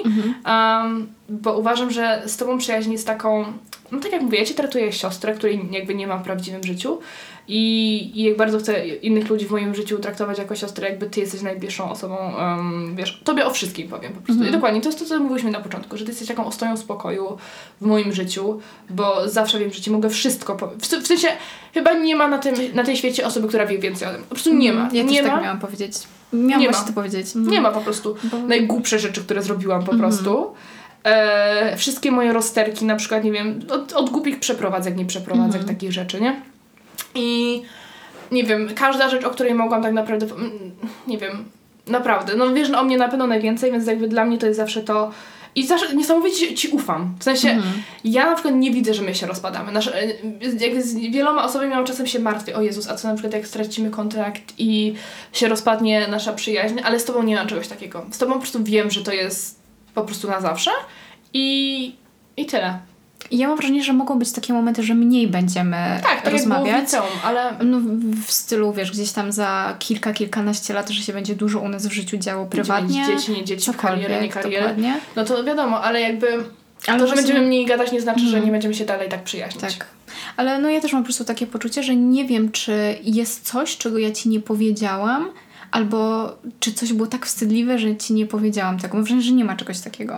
bo uważam, że z tobą przyjaźń jest taką, no tak jak mówię, ja cię traktuję jak siostrę, której jakby nie mam w prawdziwym życiu i jak bardzo chcę innych ludzi w moim życiu traktować jako siostrę, jakby ty jesteś najbliższą osobą, wiesz, tobie o wszystkim powiem po prostu. I dokładnie, to jest to, co mówiliśmy na początku, że ty jesteś taką ostoją spokoju w moim życiu, bo zawsze wiem, że ci mogę wszystko w sensie, chyba nie ma na tej świecie osoby, która wie więcej o tym. Po prostu nie ma. Ja nie też ma. tak miałam powiedzieć. Miałam właśnie to powiedzieć. Nie ma po prostu. Najgłupsze rzeczy, które zrobiłam po prostu. Wszystkie moje rozterki, na przykład, nie wiem, od głupich przeprowadzek, nie przeprowadzek, takich rzeczy, nie? I nie wiem, każda rzecz, o której mogłam tak naprawdę, nie wiem, naprawdę, no wiesz, no, o mnie na pewno najwięcej, więc jakby dla mnie to jest zawsze to i zawsze niesamowicie ci ufam. W sensie, ja na przykład nie widzę, że my się rozpadamy. Jak z wieloma osobami ja czasem się martwię, o Jezus, a co na przykład jak stracimy kontrakt i się rozpadnie nasza przyjaźń, ale z tobą nie mam czegoś takiego. Z tobą po prostu wiem, że to jest po prostu na zawsze i tyle. Ja mam wrażenie, że mogą być takie momenty, że mniej będziemy rozmawiać. Jak liceum, ale... No, w stylu, wiesz, gdzieś tam za kilkanaście lat, że się będzie dużo u nas w życiu działo prywatnie. Dzieci, nie dzieci, karierę, nie karierę. Dokładnie. No to wiadomo, ale jakby to, że będziemy mniej gadać, nie znaczy, że nie będziemy się dalej tak przyjaźnić. Tak. Ale no ja też mam po prostu takie poczucie, że nie wiem, czy jest coś, czego ja ci nie powiedziałam, albo czy coś było tak wstydliwe, że ci nie powiedziałam tego. Mam wrażenie, że nie ma czegoś takiego.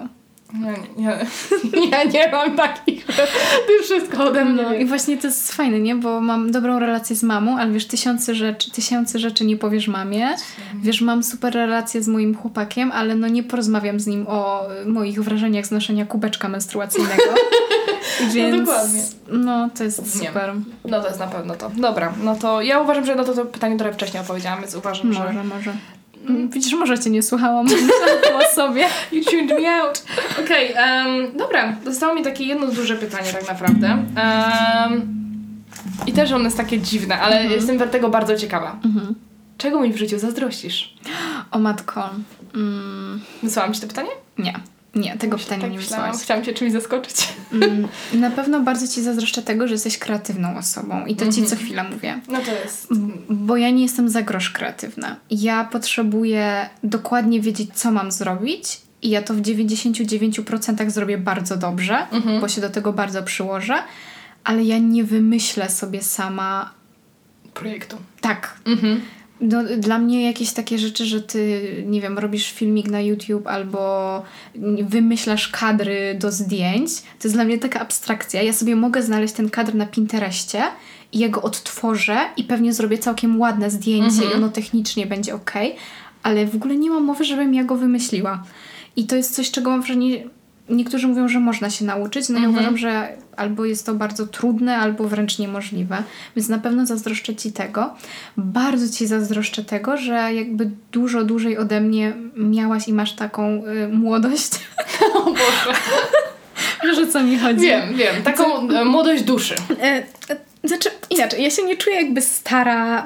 Ja nie mam takich, ty wszystko ode mnie. No, i właśnie to jest fajne, nie? Bo mam dobrą relację z mamą, ale wiesz, tysiące rzeczy nie powiesz mamie. Wiesz, mam super relację z moim chłopakiem, ale no nie porozmawiam z nim o moich wrażeniach z noszenia kubeczka menstruacyjnego. Więc, no dokładnie. No, to jest super. No to jest na pewno to. Dobra, no to ja uważam, że na to pytanie trochę wcześniej opowiedziałam, więc uważam, że... Może. Widzisz, może cię nie słuchałam o sobie. You tuned me out. Okej, dobra. Zostało mi takie jedno duże pytanie tak naprawdę. I też ono jest takie dziwne, ale jestem tego bardzo ciekawa. Czego mi w życiu zazdrościsz? O matko. Wysłałam ci to pytanie? Nie, tego pytania nie wysłałaś. Chciałam cię czymś zaskoczyć. Na pewno bardzo ci zazdroszczę tego, że jesteś kreatywną osobą i to ci co chwila mówię. No to jest... Bo ja nie jestem za grosz kreatywna. Ja potrzebuję dokładnie wiedzieć, co mam zrobić i ja to w 99% zrobię bardzo dobrze, bo się do tego bardzo przyłożę, ale ja nie wymyślę sobie sama projektu. Tak. No, dla mnie jakieś takie rzeczy, że ty, nie wiem, robisz filmik na YouTube albo wymyślasz kadry do zdjęć, to jest dla mnie taka abstrakcja. Ja sobie mogę znaleźć ten kadr na Pinterestie i ja go odtworzę i pewnie zrobię całkiem ładne zdjęcie i ono technicznie będzie okej, ale w ogóle nie mam mowy, żebym ja go wymyśliła. I to jest coś, czego mam wrażenie... Niektórzy mówią, że można się nauczyć, no ja uważam, że albo jest to bardzo trudne, albo wręcz niemożliwe. Więc na pewno zazdroszczę ci tego. Bardzo ci zazdroszczę tego, że jakby dużo dłużej ode mnie miałaś i masz taką młodość. O Boże. Wiesz, o co mi chodzi? Wiem. Taką młodość duszy. Znaczy, inaczej. Ja się nie czuję jakby stara...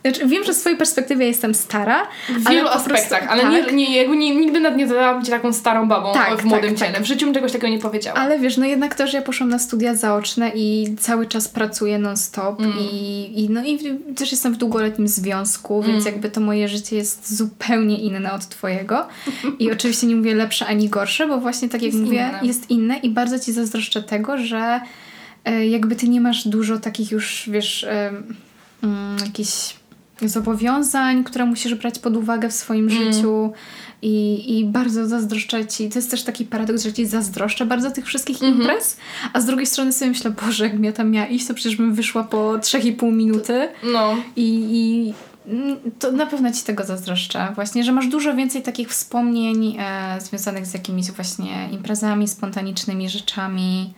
Znaczy, wiem, że z twojej perspektywy jestem stara. W wielu aspektach, ale nigdy nawet nie zadałam ci taką starą babą w młodym ciele. W życiu mi czegoś takiego nie powiedziała. Ale wiesz, no jednak to, że ja poszłam na studia zaoczne i cały czas pracuję non-stop i też jestem w długoletnim związku, więc jakby to moje życie jest zupełnie inne od twojego. I oczywiście nie mówię lepsze ani gorsze, bo właśnie tak jak mówię, jest inne i bardzo ci zazdroszczę tego, że jakby ty nie masz dużo takich już, wiesz, jakichś zobowiązań, które musisz brać pod uwagę w swoim życiu i bardzo zazdroszczę ci. To jest też taki paradoks, że ci zazdroszczę bardzo tych wszystkich imprez, a z drugiej strony sobie myślę, Boże, jakbym ja tam miała iść, to przecież bym wyszła po 3,5 minuty. I to na pewno ci tego zazdroszczę. Właśnie, że masz dużo więcej takich wspomnień związanych z jakimiś właśnie imprezami, spontanicznymi rzeczami.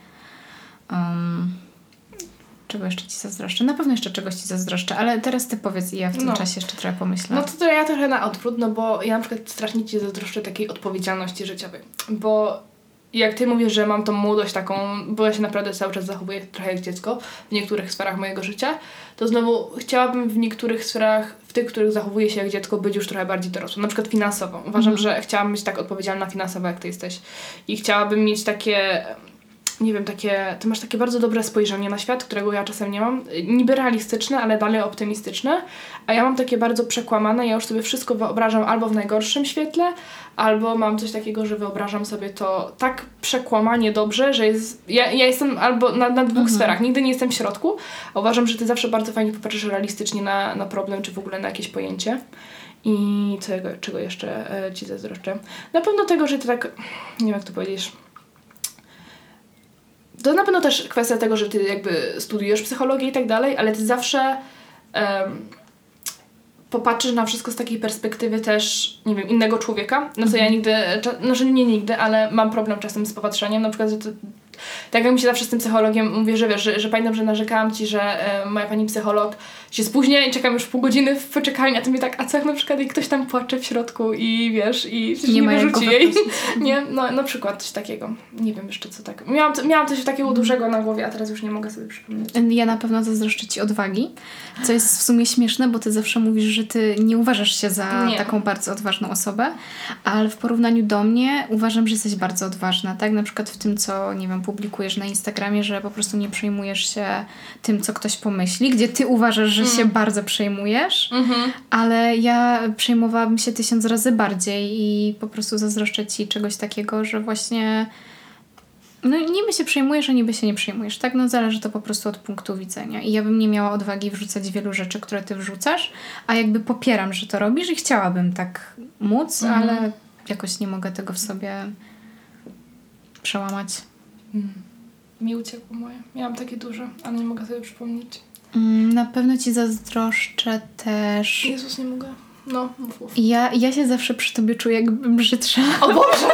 Czego jeszcze ci zazdroszczę? Na pewno jeszcze czegoś ci zazdroszczę, ale teraz ty powiedz i ja w tym czasie jeszcze trochę pomyślę. No to ja trochę na odwrót, no bo ja na przykład strasznie ci zazdroszczę takiej odpowiedzialności życiowej, bo jak ty mówisz, że mam tą młodość taką, bo ja się naprawdę cały czas zachowuję trochę jak dziecko w niektórych sferach mojego życia, to znowu chciałabym w niektórych sferach, w tych, których zachowuję się jak dziecko, być już trochę bardziej dorosłą. Na przykład finansowo. Uważam, że chciałabym być tak odpowiedzialna finansowo, jak ty jesteś. I chciałabym mieć takie... Nie wiem, ty masz takie bardzo dobre spojrzenie na świat, którego ja czasem nie mam. Niby realistyczne, ale dalej optymistyczne. A ja mam takie bardzo przekłamane. Ja już sobie wszystko wyobrażam albo w najgorszym świetle, albo mam coś takiego, że wyobrażam sobie to tak przekłamanie dobrze, że ja jestem albo na dwóch sferach. Nigdy nie jestem w środku. A uważam, że ty zawsze bardzo fajnie popatrzysz realistycznie na problem, czy w ogóle na jakieś pojęcie. I czego jeszcze ci zazdroszczę? Na pewno tego, że ty tak... Nie wiem, jak to powiedzieć... To na pewno też kwestia tego, że ty jakby studiujesz psychologię i tak dalej, ale ty zawsze popatrzysz na wszystko z takiej perspektywy też, nie wiem, innego człowieka. No co ja nigdy, nie nigdy, ale mam problem czasem z popatrzeniem. Na przykład, że tak jak mi się zawsze z tym psychologiem mówię, że wiesz, że pamiętam, że narzekałam ci, że moja pani psycholog się spóźnia i czekam już pół godziny w poczekalni, a ty mi tak, a co jak na przykład i ktoś tam płacze w środku i wiesz, i nie wyrzuci jej. Nie, no na przykład coś takiego. Nie wiem jeszcze co tak. Miałam coś takiego dużego na głowie, a teraz już nie mogę sobie przypomnieć. Ja na pewno zazdroszczę ci odwagi, co jest w sumie śmieszne, bo ty zawsze mówisz, że ty nie uważasz się za taką bardzo odważną osobę, ale w porównaniu do mnie uważam, że jesteś bardzo odważna, tak? Na przykład w tym, co, nie wiem, publikujesz na Instagramie, że po prostu nie przejmujesz się tym, co ktoś pomyśli, gdzie ty uważasz, że się bardzo przejmujesz, ale ja przejmowałabym się 1000 razy bardziej i po prostu zazdroszczę ci czegoś takiego, że właśnie no niby się przejmujesz, a niby się nie przejmujesz, tak? No zależy to po prostu od punktu widzenia i ja bym nie miała odwagi wrzucać wielu rzeczy, które ty wrzucasz, a jakby popieram, że to robisz i chciałabym tak móc, ale jakoś nie mogę tego w sobie przełamać. Mi uciekło moje. Miałam takie duże, ale nie mogę sobie przypomnieć. Na pewno ci zazdroszczę też... Jezus, nie mogę. No, mów. Ja się zawsze przy tobie czuję jak brzydsza. O Boże!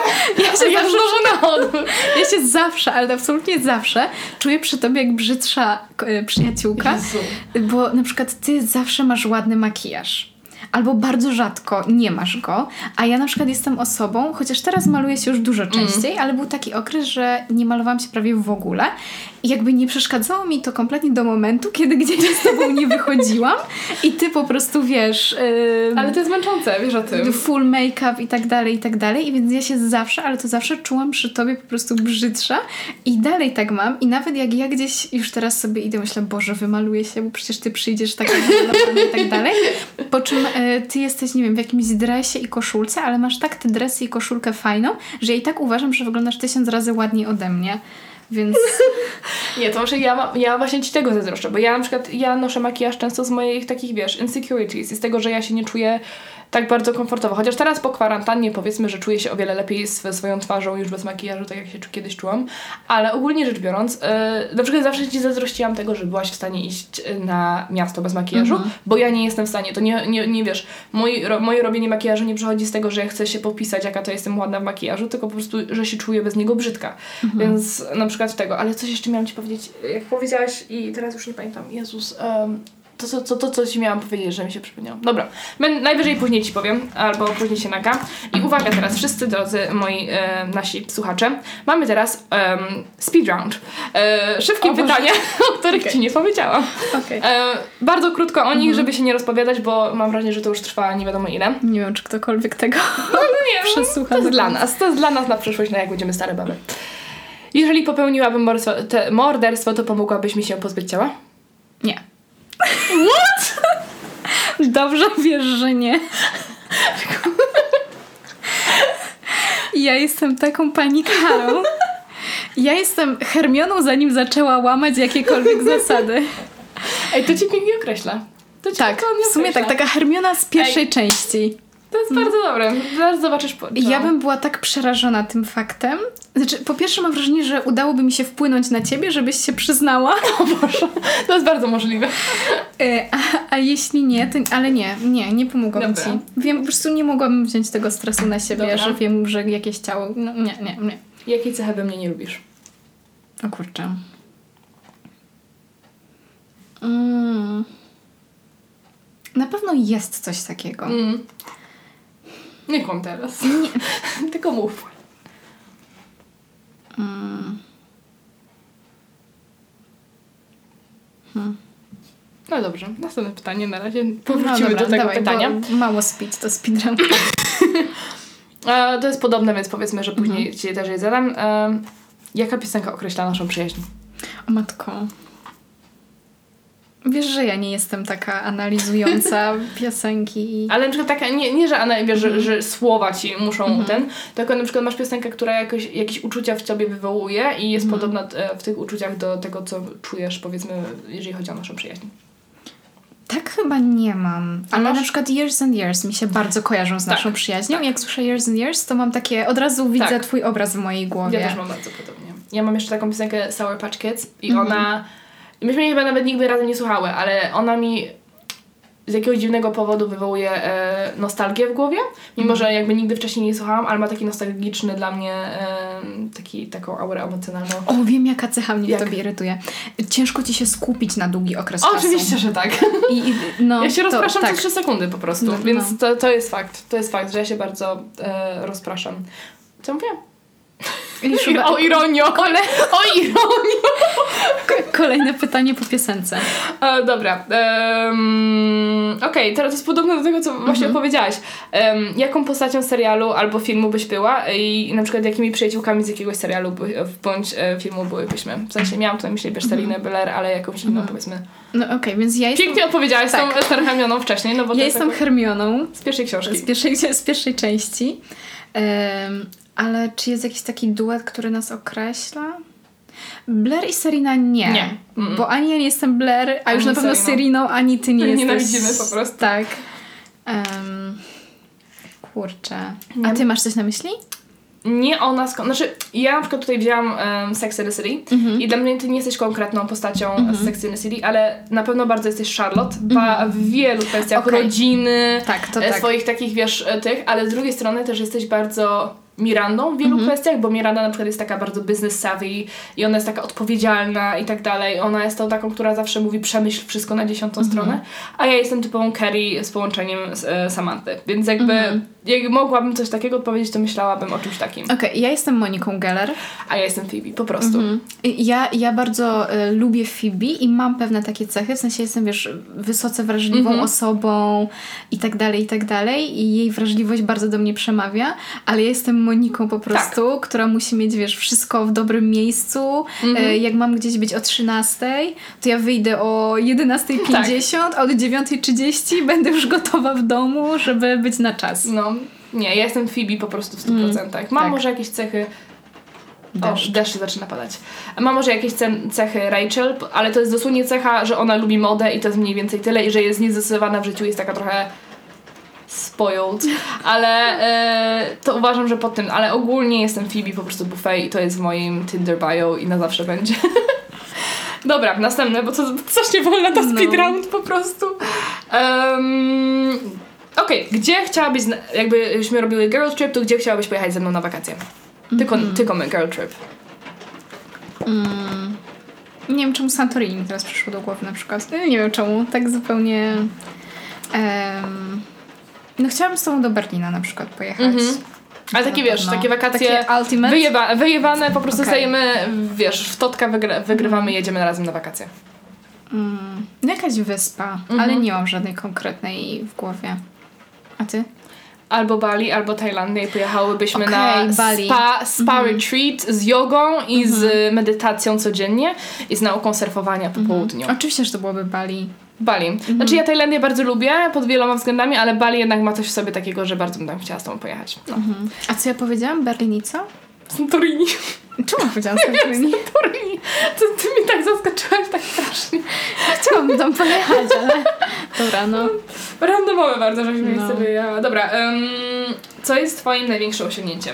Ja się zawsze, ale absolutnie zawsze czuję przy tobie jak brzydsza przyjaciółka. Jezu. Bo na przykład ty zawsze masz ładny makijaż. Albo bardzo rzadko nie masz go, a ja na przykład jestem osobą, chociaż teraz maluję się już dużo częściej, ale był taki okres, że nie malowałam się prawie w ogóle i jakby nie przeszkadzało mi to kompletnie do momentu, kiedy gdzieś z tobą nie wychodziłam i ty po prostu wiesz... ale to jest męczące, wiesz o tym. Full make-up i tak dalej, i więc ja się zawsze, ale to zawsze czułam przy tobie po prostu brzydsza i dalej tak mam i nawet jak ja gdzieś już teraz sobie idę, myślę, Boże, wymaluję się, bo przecież ty przyjdziesz tak i tak dalej, po czym ty jesteś, nie wiem, w jakimś dresie i koszulce, ale masz tak te dresy i koszulkę fajną, że ja i tak uważam, że wyglądasz 1000 razy ładniej ode mnie. Więc... Nie, to może ja właśnie ci tego zazdroszczę, bo ja na przykład noszę makijaż często z moich takich, wiesz, insecurities i z tego, że ja się nie czuję tak bardzo komfortowo. Chociaż teraz po kwarantannie powiedzmy, że czuję się o wiele lepiej swoją twarzą już bez makijażu, tak jak się kiedyś czułam. Ale ogólnie rzecz biorąc, na przykład zawsze ci zazdrościłam tego, że byłaś w stanie iść na miasto bez makijażu, bo ja nie jestem w stanie. To nie wiesz, moje robienie makijażu nie przychodzi z tego, że ja chcę się popisać, jaka to jestem ładna w makijażu, tylko po prostu, że się czuję bez niego brzydka. Więc na przykład tego. Ale coś jeszcze miałam ci powiedzieć, jak powiedziałaś i teraz już nie pamiętam. Jezus... To co ci miałam powiedzieć, że mi się przypomniało. Dobra, najwyżej później ci powiem, albo później się nagram. I uwaga teraz, wszyscy drodzy moi nasi słuchacze, mamy teraz speed round. Szybkie pytania, o których ci nie powiedziałam. Okay. Bardzo krótko o nich, żeby się nie rozpowiadać, bo mam wrażenie, że to już trwa nie wiadomo ile. Nie wiem, czy ktokolwiek tego przesłucha. To jest dla nas. To jest dla nas na przyszłość, na jak będziemy stare baby. Jeżeli popełniłabym morderstwo, to pomogłabyś mi się pozbyć ciała? Nie. What? Dobrze wiesz, że nie. Ja jestem taką panikarą. Ja jestem Hermioną, zanim zaczęła łamać jakiekolwiek zasady. Ej, to cię pięknie określa. Tak, w sumie tak, taka Hermiona z pierwszej części. To jest bardzo dobre. Zaraz zobaczysz. Ja bym była tak przerażona tym faktem. Znaczy, po pierwsze mam wrażenie, że udałoby mi się wpłynąć na ciebie, żebyś się przyznała. O Boże, to jest bardzo możliwe. A jeśli nie, to... Ale nie pomogłabym ci. Wiem, po prostu nie mogłabym wziąć tego stresu na siebie, że wiem, że jakieś ciało... No, nie. Jakiej cechy we mnie nie lubisz? O kurczę. Na pewno jest coś takiego. Nie kłam teraz. Nie. Tylko mów. No dobrze, następne pytanie na razie. Powrócimy do tego pytania. Mało speed, to speedrun. To jest podobne, więc powiedzmy, że później ci też je zadam. Jaka piosenka określa naszą przyjaźń? O matko. Wiesz, że ja nie jestem taka analizująca piosenki. Ale na przykład taka, nie że, wiesz, że słowa ci muszą tylko na przykład masz piosenkę, która jakieś uczucia w tobie wywołuje i jest podobna w tych uczuciach do tego, co czujesz, powiedzmy, jeżeli chodzi o naszą przyjaźń. Tak chyba nie mam. Ale na przykład Years and Years mi się bardzo kojarzą z naszą przyjaźnią. Tak. Jak słyszę Years and Years, to mam takie, od razu widzę twój obraz w mojej głowie. Ja też mam bardzo podobnie. Ja mam jeszcze taką piosenkę Sour Patch Kids i ona... Myśmy jej chyba nawet nigdy razem nie słuchały, ale ona mi z jakiegoś dziwnego powodu wywołuje nostalgię w głowie, mimo że jakby nigdy wcześniej nie słuchałam, ale ma taki nostalgiczny dla mnie taką aurę emocjonalną. O, wiem jaka cecha mnie w tobie irytuje. Ciężko ci się skupić na długi okres czasu. Oczywiście, że tak. Ja się rozpraszam co 3 sekundy po prostu, więc to jest fakt. To jest fakt, że ja się bardzo rozpraszam. Co mówię? O ironio! O ironio! Kolejne pytanie po piosence. Dobra. Okej, teraz to jest podobne do tego, co właśnie opowiedziałaś. Jaką postacią serialu albo filmu byś była i na przykład jakimi przyjaciółkami z jakiegoś serialu bądź filmu byłybyśmy? W sensie miałam tutaj myśleć, wiesz, Selinę Blair, ale jakąś inną powiedzmy. No okej, więc ja jestem... Pięknie odpowiedziałaś z tą Hermioną wcześniej, no bo ja jestem Hermioną. Z pierwszej książki. Z pierwszej części. Ale czy jest jakiś taki duet, który nas określa? Blair i Serena nie. Bo ani ja nie jestem Blair, a już na pewno Seriną, ani ty nie jesteś. Nienawidzimy po prostu. Tak. Kurczę. A ty masz coś na myśli? Nie ona, znaczy ja na przykład tutaj wzięłam Sex and the City i dla mnie ty nie jesteś konkretną postacią z Sex and the City, ale na pewno bardzo jesteś Charlotte, w wielu kwestiach rodziny, swoich takich, wiesz, ale z drugiej strony też jesteś bardzo Mirandą w wielu kwestiach, bo Miranda na przykład jest taka bardzo business savvy i ona jest taka odpowiedzialna i tak dalej. Ona jest tą taką, która zawsze mówi przemyśl wszystko na 10 stronę, a ja jestem typową Carrie z połączeniem Samanthy. Więc jakby jak mogłabym coś takiego odpowiedzieć, to myślałabym o czymś takim. Ja jestem Moniką Geller. A ja jestem Phoebe, po prostu. Ja bardzo lubię Phoebe i mam pewne takie cechy, w sensie jestem, wiesz, wysoce wrażliwą osobą i tak dalej i jej wrażliwość bardzo do mnie przemawia, ale ja jestem Moniką po prostu, która musi mieć, wiesz, wszystko w dobrym miejscu. Jak mam gdzieś być o 13:00, to ja wyjdę o 11:50, a od 9:30 będę już gotowa w domu, żeby być na czas. No, nie, ja jestem Phoebe po prostu w 100%. Mam może jakieś cechy... Deszcz zaczyna padać. Mam może jakieś cechy Rachel, ale to jest dosłownie cecha, że ona lubi modę i to jest mniej więcej tyle i że jest niezdecydowana w życiu, jest taka trochę spoiled, ale to uważam, że pod tym, ale ogólnie jestem Phoebe po prostu buffet i to jest w moim Tinder bio i na zawsze będzie. Dobra, następne, bo to strasznie wolna ta speed round po prostu. Okej, gdzie chciałabyś, jakbyśmy robiły girl trip, to gdzie chciałabyś pojechać ze mną na wakacje? Tylko my, girl trip. Nie wiem, czemu Santorini mi teraz przyszło do głowy na przykład. Nie wiem czemu, tak zupełnie... No chciałabym z tobą do Berlina na przykład pojechać. Ale takie, wiesz, takie wakacje wyjebane, po prostu stajemy, wiesz, w totka wygrywamy, jedziemy razem na wakacje. No jakaś wyspa, ale nie mam żadnej konkretnej w głowie. A ty? Albo Bali, albo Tajlandia i pojechałybyśmy na Bali. spa retreat z jogą i z medytacją codziennie i z nauką surfowania po południu. Oczywiście, że to byłoby Bali. Bali. Znaczy ja Tajlandię bardzo lubię pod wieloma względami, ale Bali jednak ma coś w sobie takiego, że bardzo bym tam chciała z tobą pojechać. No. A co ja powiedziałam? Berlin i co? Santorini. Czemu powiedziałam Santorini? Santorini. Ty mnie tak zaskoczyłaś tak strasznie. Chciałam tam pojechać, ale... Dobra, no. Randomowe bardzo, żebyś miejsce sobie wyjechała. Dobra, co jest twoim największym osiągnięciem?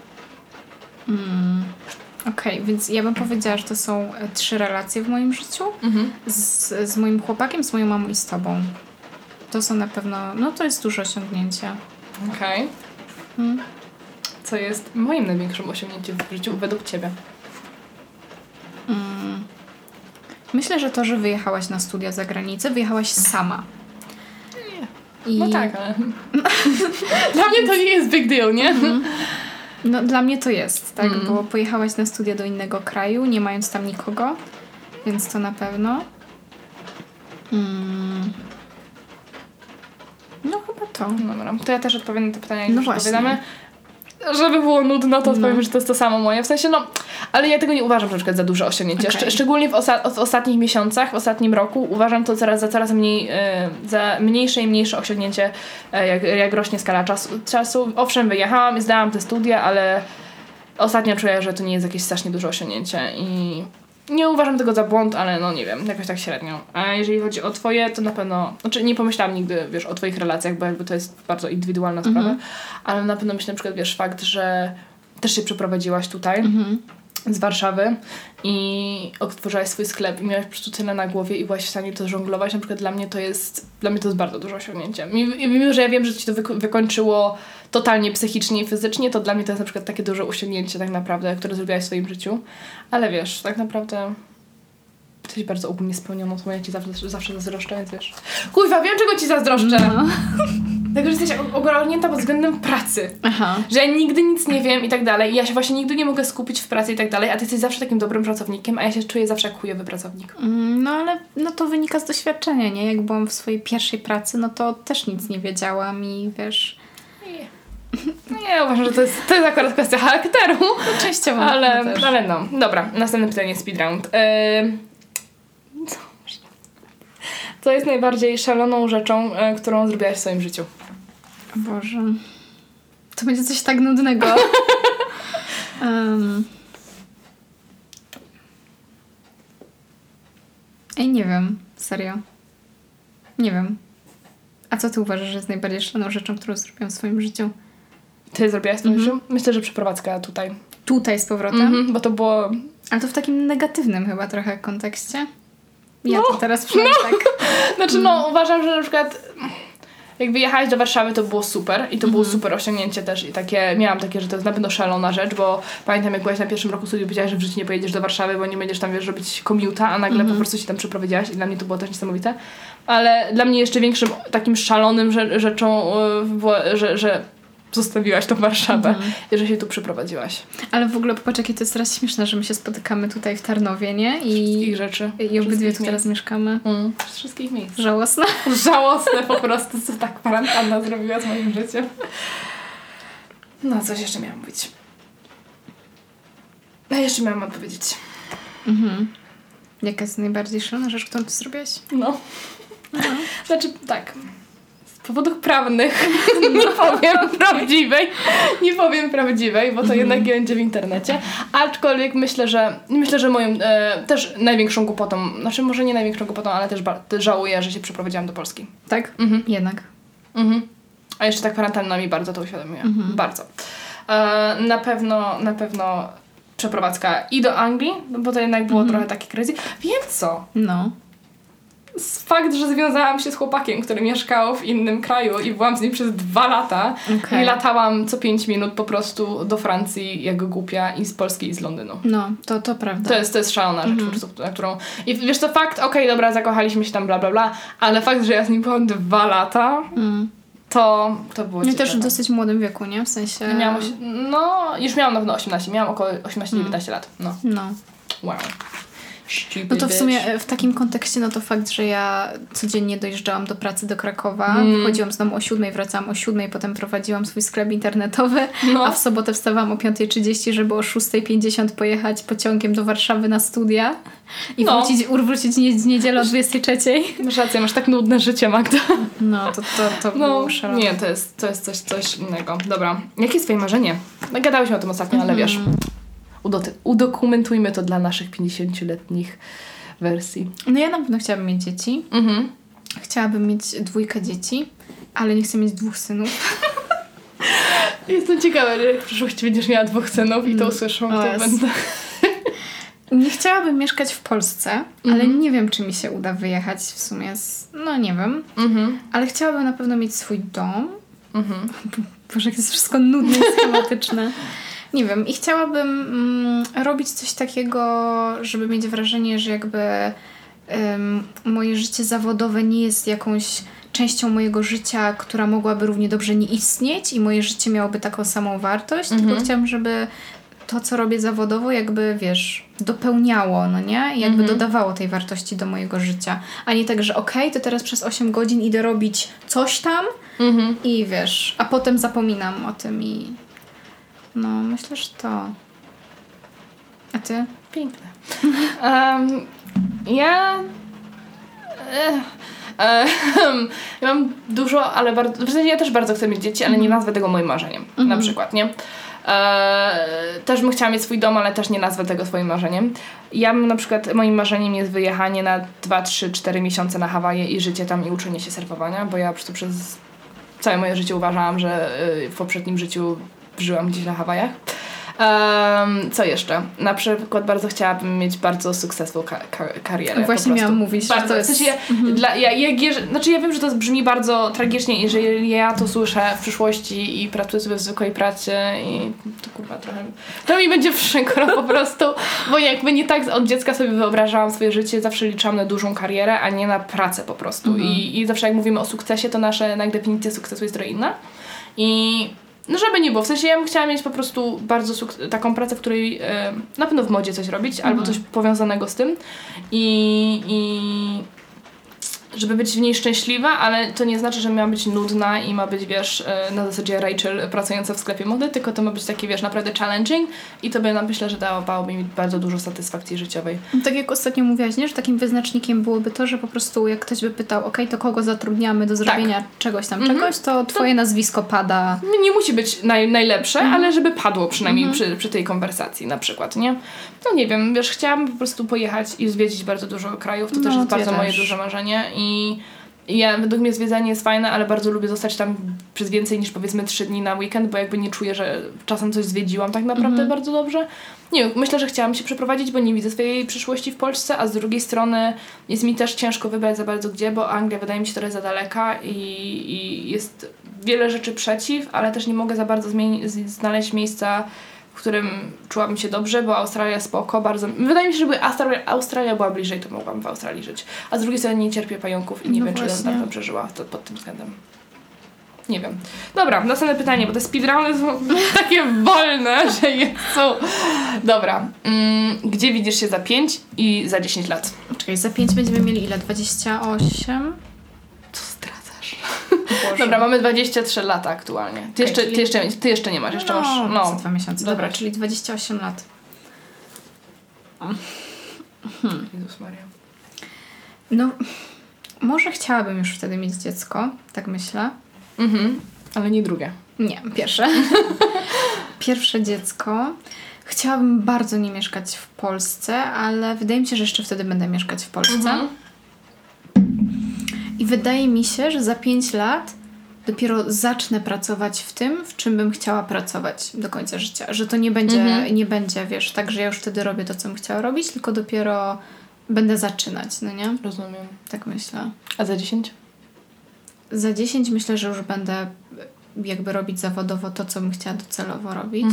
Okej, więc ja bym powiedziała, że to są 3 relacje w moim życiu. Z moim chłopakiem, z moją mamą i z tobą. To są na pewno... No to jest duże osiągnięcie. Okej. Co jest moim największym osiągnięciem w życiu według ciebie? Myślę, że to, że wyjechałaś na studia za granicę, wyjechałaś sama. No tak, ale... Dla mnie to nie jest big deal, nie? No dla mnie to jest, tak, bo pojechałaś na studia do innego kraju, nie mając tam nikogo, więc to na pewno. No chyba to. Dobra, to ja też odpowiem na te pytania, jak No już właśnie. odpowiadamy. Żeby było nudno, to odpowiem, że to jest to samo moje. W sensie, ale ja tego nie uważam na przykład za duże osiągnięcie. Okay. Szczególnie w ostatnich miesiącach, w ostatnim roku uważam to za coraz mniej, za mniejsze i mniejsze osiągnięcie, jak rośnie skala czasu. Owszem, wyjechałam i zdałam te studia, ale ostatnio czuję, że to nie jest jakieś strasznie duże osiągnięcie i nie uważam tego za błąd, ale no nie wiem, jakoś tak średnio. A jeżeli chodzi o twoje, to na pewno... Znaczy nie pomyślałam nigdy, wiesz, o twoich relacjach, bo jakby to jest bardzo indywidualna sprawa, ale na pewno myślę na przykład, wiesz, fakt, że też się przeprowadziłaś tutaj z Warszawy i otworzyłaś swój sklep i miałaś po prostu tyle na głowie i byłaś w stanie to żonglować, na przykład dla mnie to jest bardzo duże osiągnięcie. Mimo, że ja wiem, że ci to wykończyło totalnie psychicznie i fizycznie, to dla mnie to jest na przykład takie duże osiągnięcie tak naprawdę, które zrobiłaś w swoim życiu. Ale wiesz, tak naprawdę jesteś bardzo ogólnie spełnioną, to ja ci zawsze zazdroszczę, więc wiesz. Kurwa, wiem czego ci zazdroszczę! No. Tego, że jesteś ogarnięta pod względem pracy. Aha. Że ja nigdy nic nie wiem i tak dalej. I ja się właśnie nigdy nie mogę skupić w pracy i tak dalej, a ty jesteś zawsze takim dobrym pracownikiem, a ja się czuję zawsze jak chujowy pracownik. No ale to wynika z doświadczenia, nie? Jak byłam w swojej pierwszej pracy, no to też nic nie wiedziałam i wiesz... Nie, uważam, że to jest akurat kwestia charakteru. Częściowo. Ale no. Dobra, następne pytanie, speed round. Co jest najbardziej szaloną rzeczą, którą zrobiłaś w swoim życiu? Boże. To będzie coś tak nudnego. Nie wiem. Serio. Nie wiem. A co ty uważasz, że jest najbardziej szaloną rzeczą, którą zrobiłam w swoim życiu? Ty zrobiłaś w swoim życiu? Myślę, że przeprowadzka tutaj. Tutaj z powrotem? Bo to było... Ale to w takim negatywnym chyba trochę kontekście. Ja to teraz przynajmniej tak. Znaczy uważam, że na przykład jak wyjechałeś do Warszawy, to było super i to było super osiągnięcie też i miałam takie, że to jest na pewno szalona rzecz, bo pamiętam jak byłaś na pierwszym roku studiów, powiedziałaś, że w życiu nie pojedziesz do Warszawy, bo nie będziesz tam, wiesz, robić commute'a, a nagle po prostu się tam przeprowadziłaś i dla mnie to było też niesamowite. Ale dla mnie jeszcze większym takim szalonym rzeczą było, że zostawiłaś tą Warszawę i że się tu przeprowadziłaś. Ale w ogóle popatrz, jakie to jest teraz śmieszne, że my się spotykamy tutaj w Tarnowie, nie? Wszystkich rzeczy. I obydwie tu teraz mieszkamy. Z wszystkich miejsc. Żałosne. Żałosne po prostu, co tak kwarantanna zrobiła z moim życiem. No, coś jeszcze miałam mówić. A jeszcze miałam odpowiedzieć. Jaka jest najbardziej szalona rzecz, którą ty zrobiłaś? No. Znaczy, tak. Z powodów prawnych nie powiem prawdziwej, bo to jednak będzie w internecie. Aczkolwiek myślę, że moją też największą głupotą, znaczy może nie największą głupotą, ale też żałuję, że się przeprowadziłam do Polski. Tak? Jednak. A jeszcze ta kwarantanna mi bardzo to uświadomiła. Bardzo. Na pewno przeprowadzka i do Anglii, bo to jednak było trochę takie crazy. Wiem co? No. fakt, że związałam się z chłopakiem, który mieszkał w innym kraju i byłam z nim przez 2 lata i latałam co 5 minut po prostu do Francji jako głupia i z Polski i z Londynu. No, to prawda. To jest szalona rzecz, po prostu, na którą... I wiesz co, fakt, okej, dobra, zakochaliśmy się tam, bla, bla, bla, ale fakt, że ja z nim byłam 2 lata, to było ciekawe. Też w dosyć młodym wieku, nie? W sensie... Już miałam na pewno 18, miałam około 18-19 lat. No. Wow. No to w sumie w takim kontekście, no to fakt, że ja codziennie dojeżdżałam do pracy do Krakowa, wychodziłam z domu o 7, wracałam o 7, potem prowadziłam swój sklep internetowy, a w sobotę wstawałam o 5:30, żeby o 6:50 pojechać pociągiem do Warszawy na studia i wrócić z niedzielę o 23:00. Masz rację, masz tak nudne życie, Magda. No, to było szalone. Nie, to jest coś innego. Dobra, jakie jest twoje marzenie? Gadałyśmy o tym ostatnio, ale wiesz... Udokumentujmy to dla naszych 50-letnich wersji. No ja na pewno chciałabym mieć dzieci. Chciałabym mieć 2 dzieci, ale nie chcę mieć 2 synów. Jestem ciekawa, że w przyszłości będziesz miała 2 synów i to usłyszą, to będę... Nie chciałabym mieszkać w Polsce, ale nie wiem, czy mi się uda wyjechać w sumie no nie wiem. Ale chciałabym na pewno mieć swój dom. Boże, jak jest wszystko nudne i schematyczne. Nie wiem. I chciałabym robić coś takiego, żeby mieć wrażenie, że jakby moje życie zawodowe nie jest jakąś częścią mojego życia, która mogłaby równie dobrze nie istnieć i moje życie miałoby taką samą wartość, tylko chciałam, żeby to, co robię zawodowo, jakby, wiesz, dopełniało, no nie? I jakby dodawało tej wartości do mojego życia. A nie tak, że okej, to teraz przez 8 godzin idę robić coś tam i wiesz, a potem zapominam o tym i no, myślę, że to. A ty? Piękne. Ja mam dużo, ale bardzo... W sensie ja też bardzo chcę mieć dzieci, ale nie nazwę tego moim marzeniem. Na przykład, nie? Też bym chciała mieć swój dom, ale też nie nazwę tego swoim marzeniem. Ja bym na przykład, moim marzeniem jest wyjechanie na 2, 3, 4 miesiące na Hawaje i życie tam i uczenie się surfowania, bo ja po prostu przez całe moje życie uważałam, że w poprzednim życiu żyłam gdzieś na Hawajach. Co jeszcze? Na przykład bardzo chciałabym mieć bardzo successful karierę. Właśnie miałam mówić. Bardzo. To jest... W sensie, ja wiem, że to brzmi bardzo tragicznie, jeżeli ja to słyszę w przyszłości i pracuję sobie w zwykłej pracy i to kurwa trochę... To mi będzie przykro po prostu, bo jakby nie tak od dziecka sobie wyobrażałam swoje życie, zawsze liczyłam na dużą karierę, a nie na pracę po prostu. I zawsze jak mówimy o sukcesie, to nasza definicja sukcesu jest trochę inna. I no żeby nie było, w sensie ja bym chciała mieć po prostu bardzo taką pracę, w której na pewno w modzie coś robić, albo coś powiązanego z tym i żeby być w niej szczęśliwa, ale to nie znaczy, że ma być nudna i ma być, wiesz, na zasadzie Rachel pracująca w sklepie mody, tylko to ma być takie, wiesz, naprawdę challenging i to by, myślę, że dawałoby mi bardzo dużo satysfakcji życiowej. Tak jak ostatnio mówiłaś, nie? Że takim wyznacznikiem byłoby to, że po prostu jak ktoś by pytał, okej, to kogo zatrudniamy do zrobienia czegoś tam, czegoś, to twoje nazwisko pada. Nie musi być najlepsze, ale żeby padło przynajmniej przy tej konwersacji na przykład, nie? No nie wiem, wiesz, chciałabym po prostu pojechać i zwiedzić bardzo dużo krajów, to też jest bardzo moje duże marzenie i ja, według mnie zwiedzanie jest fajne, ale bardzo lubię zostać tam przez więcej niż powiedzmy 3 dni na weekend, bo jakby nie czuję, że czasem coś zwiedziłam tak naprawdę bardzo dobrze. Nie wiem, myślę, że chciałam się przeprowadzić, bo nie widzę swojej przyszłości w Polsce, a z drugiej strony jest mi też ciężko wybrać za bardzo gdzie, bo Anglia wydaje mi się trochę za daleka i jest wiele rzeczy przeciw, ale też nie mogę za bardzo znaleźć miejsca, w którym czułabym się dobrze, bo Australia spoko, bardzo... Wydaje mi się, że żeby Australia była bliżej, to mogłam w Australii żyć. A z drugiej strony nie cierpię pająków i nie wiem, czy bym tam dobrze żyła pod tym względem. Nie wiem. Dobra, następne pytanie, bo te speedruny są takie wolne, że Jezu. Dobra. Gdzie widzisz się za 5 i za 10 lat? Czekaj, za 5 będziemy mieli ile? 28? Co zdradzasz? Dobra, mamy 23 lata aktualnie. Ty jeszcze nie masz, jeszcze masz... No, za 2 miesiące. Dobra, czyli 28 lat. Jezus Maria. No, może chciałabym już wtedy mieć dziecko, tak myślę. Ale nie drugie. Nie, pierwsze. Pierwsze dziecko. Chciałabym bardzo nie mieszkać w Polsce, ale wydaje mi się, że jeszcze wtedy będę mieszkać w Polsce. I wydaje mi się, że za 5 lat dopiero zacznę pracować w tym, w czym bym chciała pracować do końca życia. Że to nie będzie, wiesz, tak, że ja już wtedy robię to, co bym chciała robić, tylko dopiero będę zaczynać, no nie? Rozumiem. Tak myślę. A za 10? Za 10 myślę, że już będę jakby robić zawodowo to, co bym chciała docelowo robić.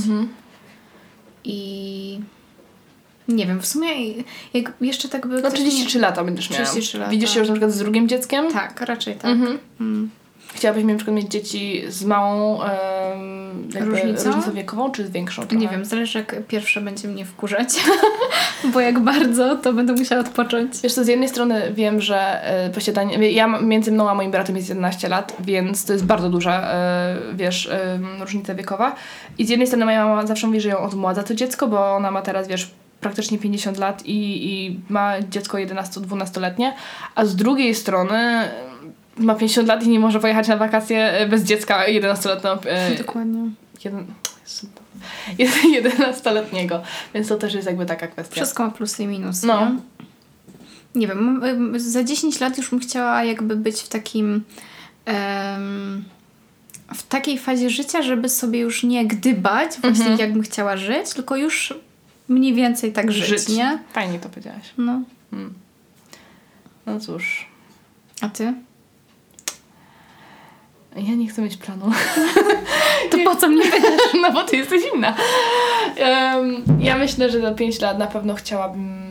I nie wiem, w sumie jak jeszcze tak by... No 33 lata będziesz miała. 33 lata. Widzisz się już na przykład z drugim dzieckiem? Tak, raczej tak. Chciałabyś na przykład mieć dzieci z małą różnicą wiekową, czy z większą trochę? Nie wiem, zależy jak pierwsze będzie mnie wkurzać. Bo jak bardzo, to będę musiała odpocząć. Wiesz co, z jednej strony wiem, że posiadanie... między mną a moim bratem jest 11 lat, więc to jest bardzo duża, różnica wiekowa. I z jednej strony moja mama zawsze mówi, że ją odmładza to dziecko, bo ona ma teraz, praktycznie 50 lat i ma dziecko 11-12-letnie, a z drugiej strony ma 50 lat i nie może pojechać na wakacje bez dziecka 11-letniego. Dokładnie. 11-letniego. Więc to też jest jakby taka kwestia. Wszystko ma plusy i minusy. No. Nie wiem, za 10 lat już bym chciała jakby być w takim... w takiej fazie życia, żeby sobie już nie gdybać właśnie jak bym chciała żyć, tylko już mniej więcej tak żyć, nie? Fajnie to powiedziałaś. No. No cóż. A ty? Ja nie chcę mieć planu. To po co mnie pytasz? No bo ty jesteś inna. Ja myślę, że za 5 lat na pewno chciałabym...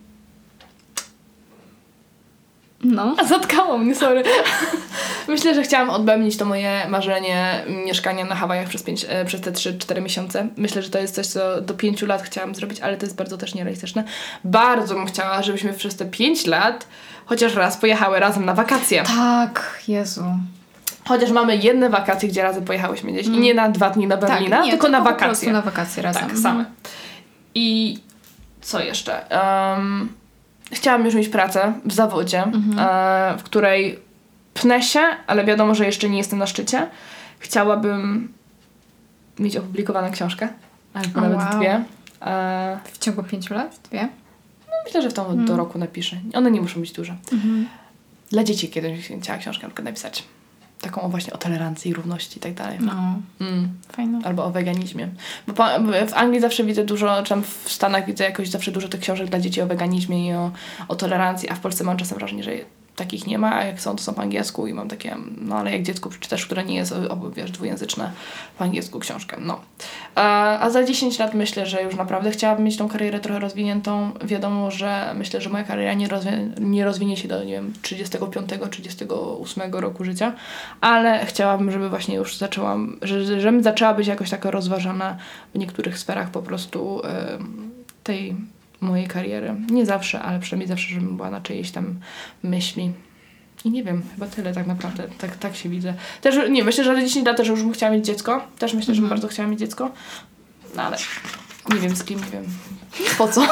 No. A zatkało mnie, sorry. Myślę, że chciałam odbębnić to moje marzenie mieszkania na Hawajach przez te 3-4 miesiące. Myślę, że to jest coś, co do 5 lat chciałam zrobić, ale to jest bardzo też nierealistyczne. Bardzo bym chciała, żebyśmy przez te 5 lat chociaż raz pojechały razem na wakacje. Tak, Jezu. Chociaż mamy jedne wakacje, gdzie razem pojechałyśmy gdzieś. I nie na 2 dni do Berlina, tak, nie, tylko na po wakacje. prostu na wakacje razem. Tak, same. I co jeszcze? Chciałam już mieć pracę w zawodzie, w której pnę się, ale wiadomo, że jeszcze nie jestem na szczycie. Chciałabym mieć opublikowaną książkę, albo nawet 2. W ciągu 5 lat? 2? No, myślę, że w tą do roku napiszę. One nie muszą być duże. Dla dzieci kiedyś chciała książkę na przykład napisać. Taką właśnie o tolerancji i równości i tak dalej. No, fajne. Albo o weganizmie. Bo w Anglii zawsze widzę dużo, czy tam w Stanach widzę jakoś zawsze dużo tych książek dla dzieci o weganizmie i o tolerancji, a w Polsce mam czasem wrażenie, że takich nie ma, a jak są, to są po angielsku i mam takie, no ale jak dziecku przeczytasz, które nie jest, dwujęzyczne po angielsku książkę, no. A za 10 lat myślę, że już naprawdę chciałabym mieć tą karierę trochę rozwiniętą. Wiadomo, że myślę, że moja kariera nie rozwinie się do, nie wiem, 35-38 roku życia, ale chciałabym, żeby właśnie już żebym zaczęła być jakoś taka rozważana w niektórych sferach po prostu tej mojej kariery. Nie zawsze, ale przynajmniej zawsze, żebym była na czyjejś tam myśli. I nie wiem, chyba tyle tak naprawdę. Tak się widzę. Też, nie, myślę, że za 10 lat też już bym chciała mieć dziecko. Też myślę, że bym bardzo chciała mieć dziecko. No ale nie wiem z kim, nie wiem. Po co?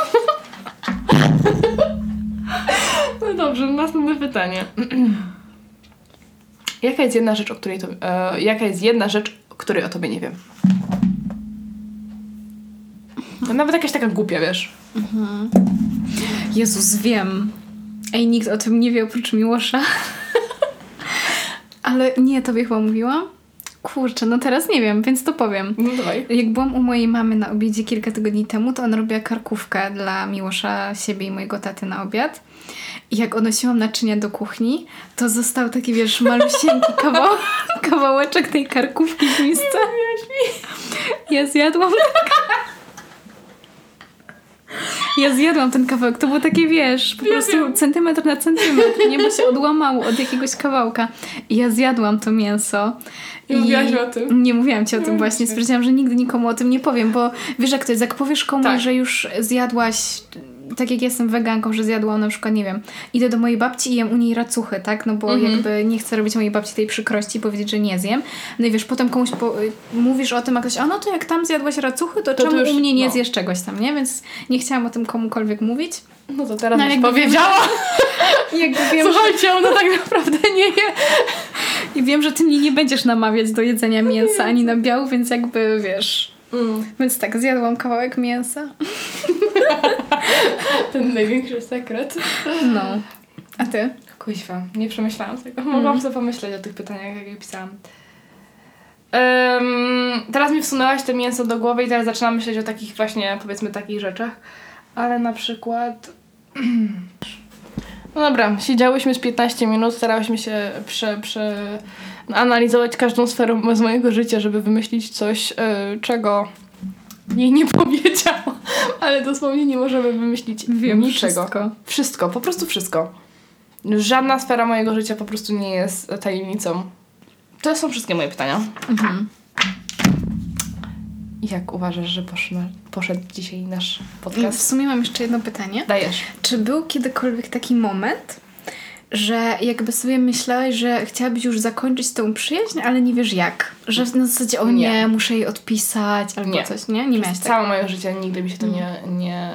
No dobrze, następne pytanie. Jaka jest jedna rzecz, której o tobie nie wiem? No, nawet jakaś taka głupia, wiesz. Jezus, wiem. Ej, nikt o tym nie wie oprócz Miłosza. Ale nie, tobie chyba mówiłam? Kurczę, no teraz nie wiem, więc to powiem. No dawaj. Jak byłam u mojej mamy na obiedzie kilka tygodni temu, to ona robiła karkówkę dla Miłosza, siebie i mojego taty na obiad. I jak odnosiłam naczynia do kuchni, to został taki, wiesz, malusieńki kawałeczek tej karkówki w misce. Ja zjadłam Ja zjadłam ten kawałek. To było takie, wiesz, po prostu centymetr na centymetr. Nie, bo się odłamało od jakiegoś kawałka. I ja zjadłam to mięso. Nie mówiłaś o tym? Nie mówiłam ci o tym właśnie. Stwierdziłam, że nigdy nikomu o tym nie powiem, bo wiesz jak to jest, jak powiesz komuś, że już zjadłaś, tak jak jestem weganką, że zjadłam na przykład, nie wiem, idę do mojej babci i jem u niej racuchy, tak? No bo jakby nie chcę robić mojej babci tej przykrości i powiedzieć, że nie zjem. No i wiesz, potem komuś mówisz o tym, a ktoś, a no to jak tam zjadłaś racuchy, to czemu już, u mnie nie zjesz czegoś tam, nie? Więc nie chciałam o tym komukolwiek mówić. No to teraz już powiedziała. Słuchajcie, ona tak naprawdę nie je. I wiem, że ty mnie nie będziesz namawiać do jedzenia mięsa ani nabiału, więc jakby, wiesz... Więc tak, zjadłam kawałek mięsa. Ten największy sekret. No. A ty? Kuźwa, nie przemyślałam tego. Mogłam sobie pomyśleć o tych pytaniach, jak je pisałam. Teraz mi wsunęłaś to mięso do głowy i teraz zaczynam myśleć o takich właśnie, powiedzmy, takich rzeczach. Ale na przykład... No dobra, siedziałyśmy z 15 minut, starałyśmy się analizować każdą sferę z mojego życia, żeby wymyślić coś, czego jej nie powiedziałam, ale dosłownie nie możemy wymyślić niczego. Wszystko, po prostu wszystko. Żadna sfera mojego życia po prostu nie jest tajemnicą. To są wszystkie moje pytania. Jak uważasz, że poszedł dzisiaj nasz podcast? W sumie mam jeszcze jedno pytanie. Dajesz. Czy był kiedykolwiek taki moment, że jakby sobie myślałeś, że chciałabyś już zakończyć tą przyjaźń, ale nie wiesz jak? Że na zasadzie, nie, muszę jej odpisać albo coś, nie? Nie miałaś całe moje życie nigdy mi się to nie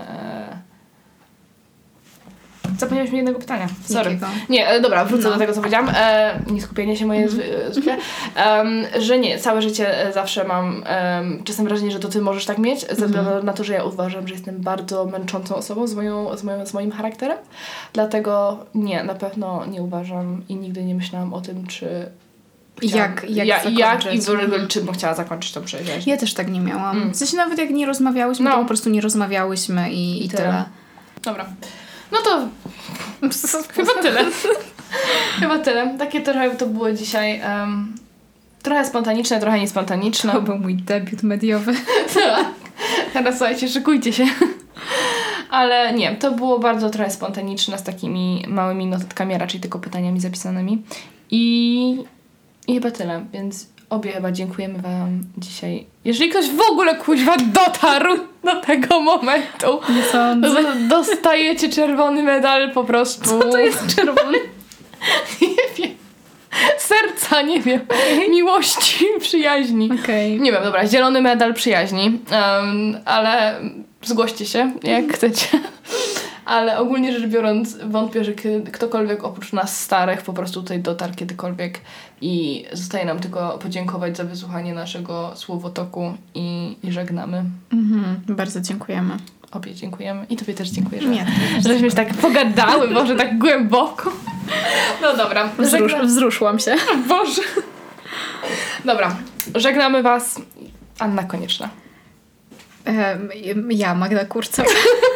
Zapomniałyśmy jednego pytania. Sorry. Jakiego? Nie, dobra, wrócę do tego, co powiedziałam. Nieskupienie się moje zwykle. Że nie, całe życie zawsze mam czasem wrażenie, że to ty możesz tak mieć, ze względu na to, że ja uważam, że jestem bardzo męczącą osobą z moim charakterem. Dlatego nie, na pewno nie uważam i nigdy nie myślałam o tym, czy jak i w ogóle czym chciała zakończyć tą przyjaźń. Ja też tak nie miałam. W sensie nawet jak nie rozmawiałyśmy, to po prostu nie rozmawiałyśmy i tyle. Dobra. No to chyba tyle. Chyba tyle. Takie trochę to było dzisiaj. Trochę spontaniczne, trochę niespontaniczne. To był mój debiut mediowy. Teraz słuchajcie, szykujcie się. Ale nie, to było bardzo trochę spontaniczne, z takimi małymi notatkami, a raczej tylko pytaniami zapisanymi. I chyba tyle, więc obie chyba dziękujemy wam dzisiaj. Jeżeli ktoś w ogóle kuźwa dotarł do tego momentu, nie sądzę. Dostajecie czerwony medal po prostu. Co to jest czerwony? Nie wiem. Serca, nie wiem. Miłości, przyjaźni. Okay. Nie wiem, dobra, zielony medal przyjaźni. Ale zgłoście się, jak chcecie. Ale ogólnie rzecz biorąc, wątpię, że ktokolwiek oprócz nas starych po prostu tutaj dotarł kiedykolwiek i zostaje nam tylko podziękować za wysłuchanie naszego słowotoku i żegnamy. Bardzo dziękujemy. Obie dziękujemy i tobie też dziękuję, żeśmy się tak pogadały, Boże, tak głęboko. No dobra. Wzruszłam się. Boże. Dobra, żegnamy was. Anna Konieczna. Ja, Magda Kurcak.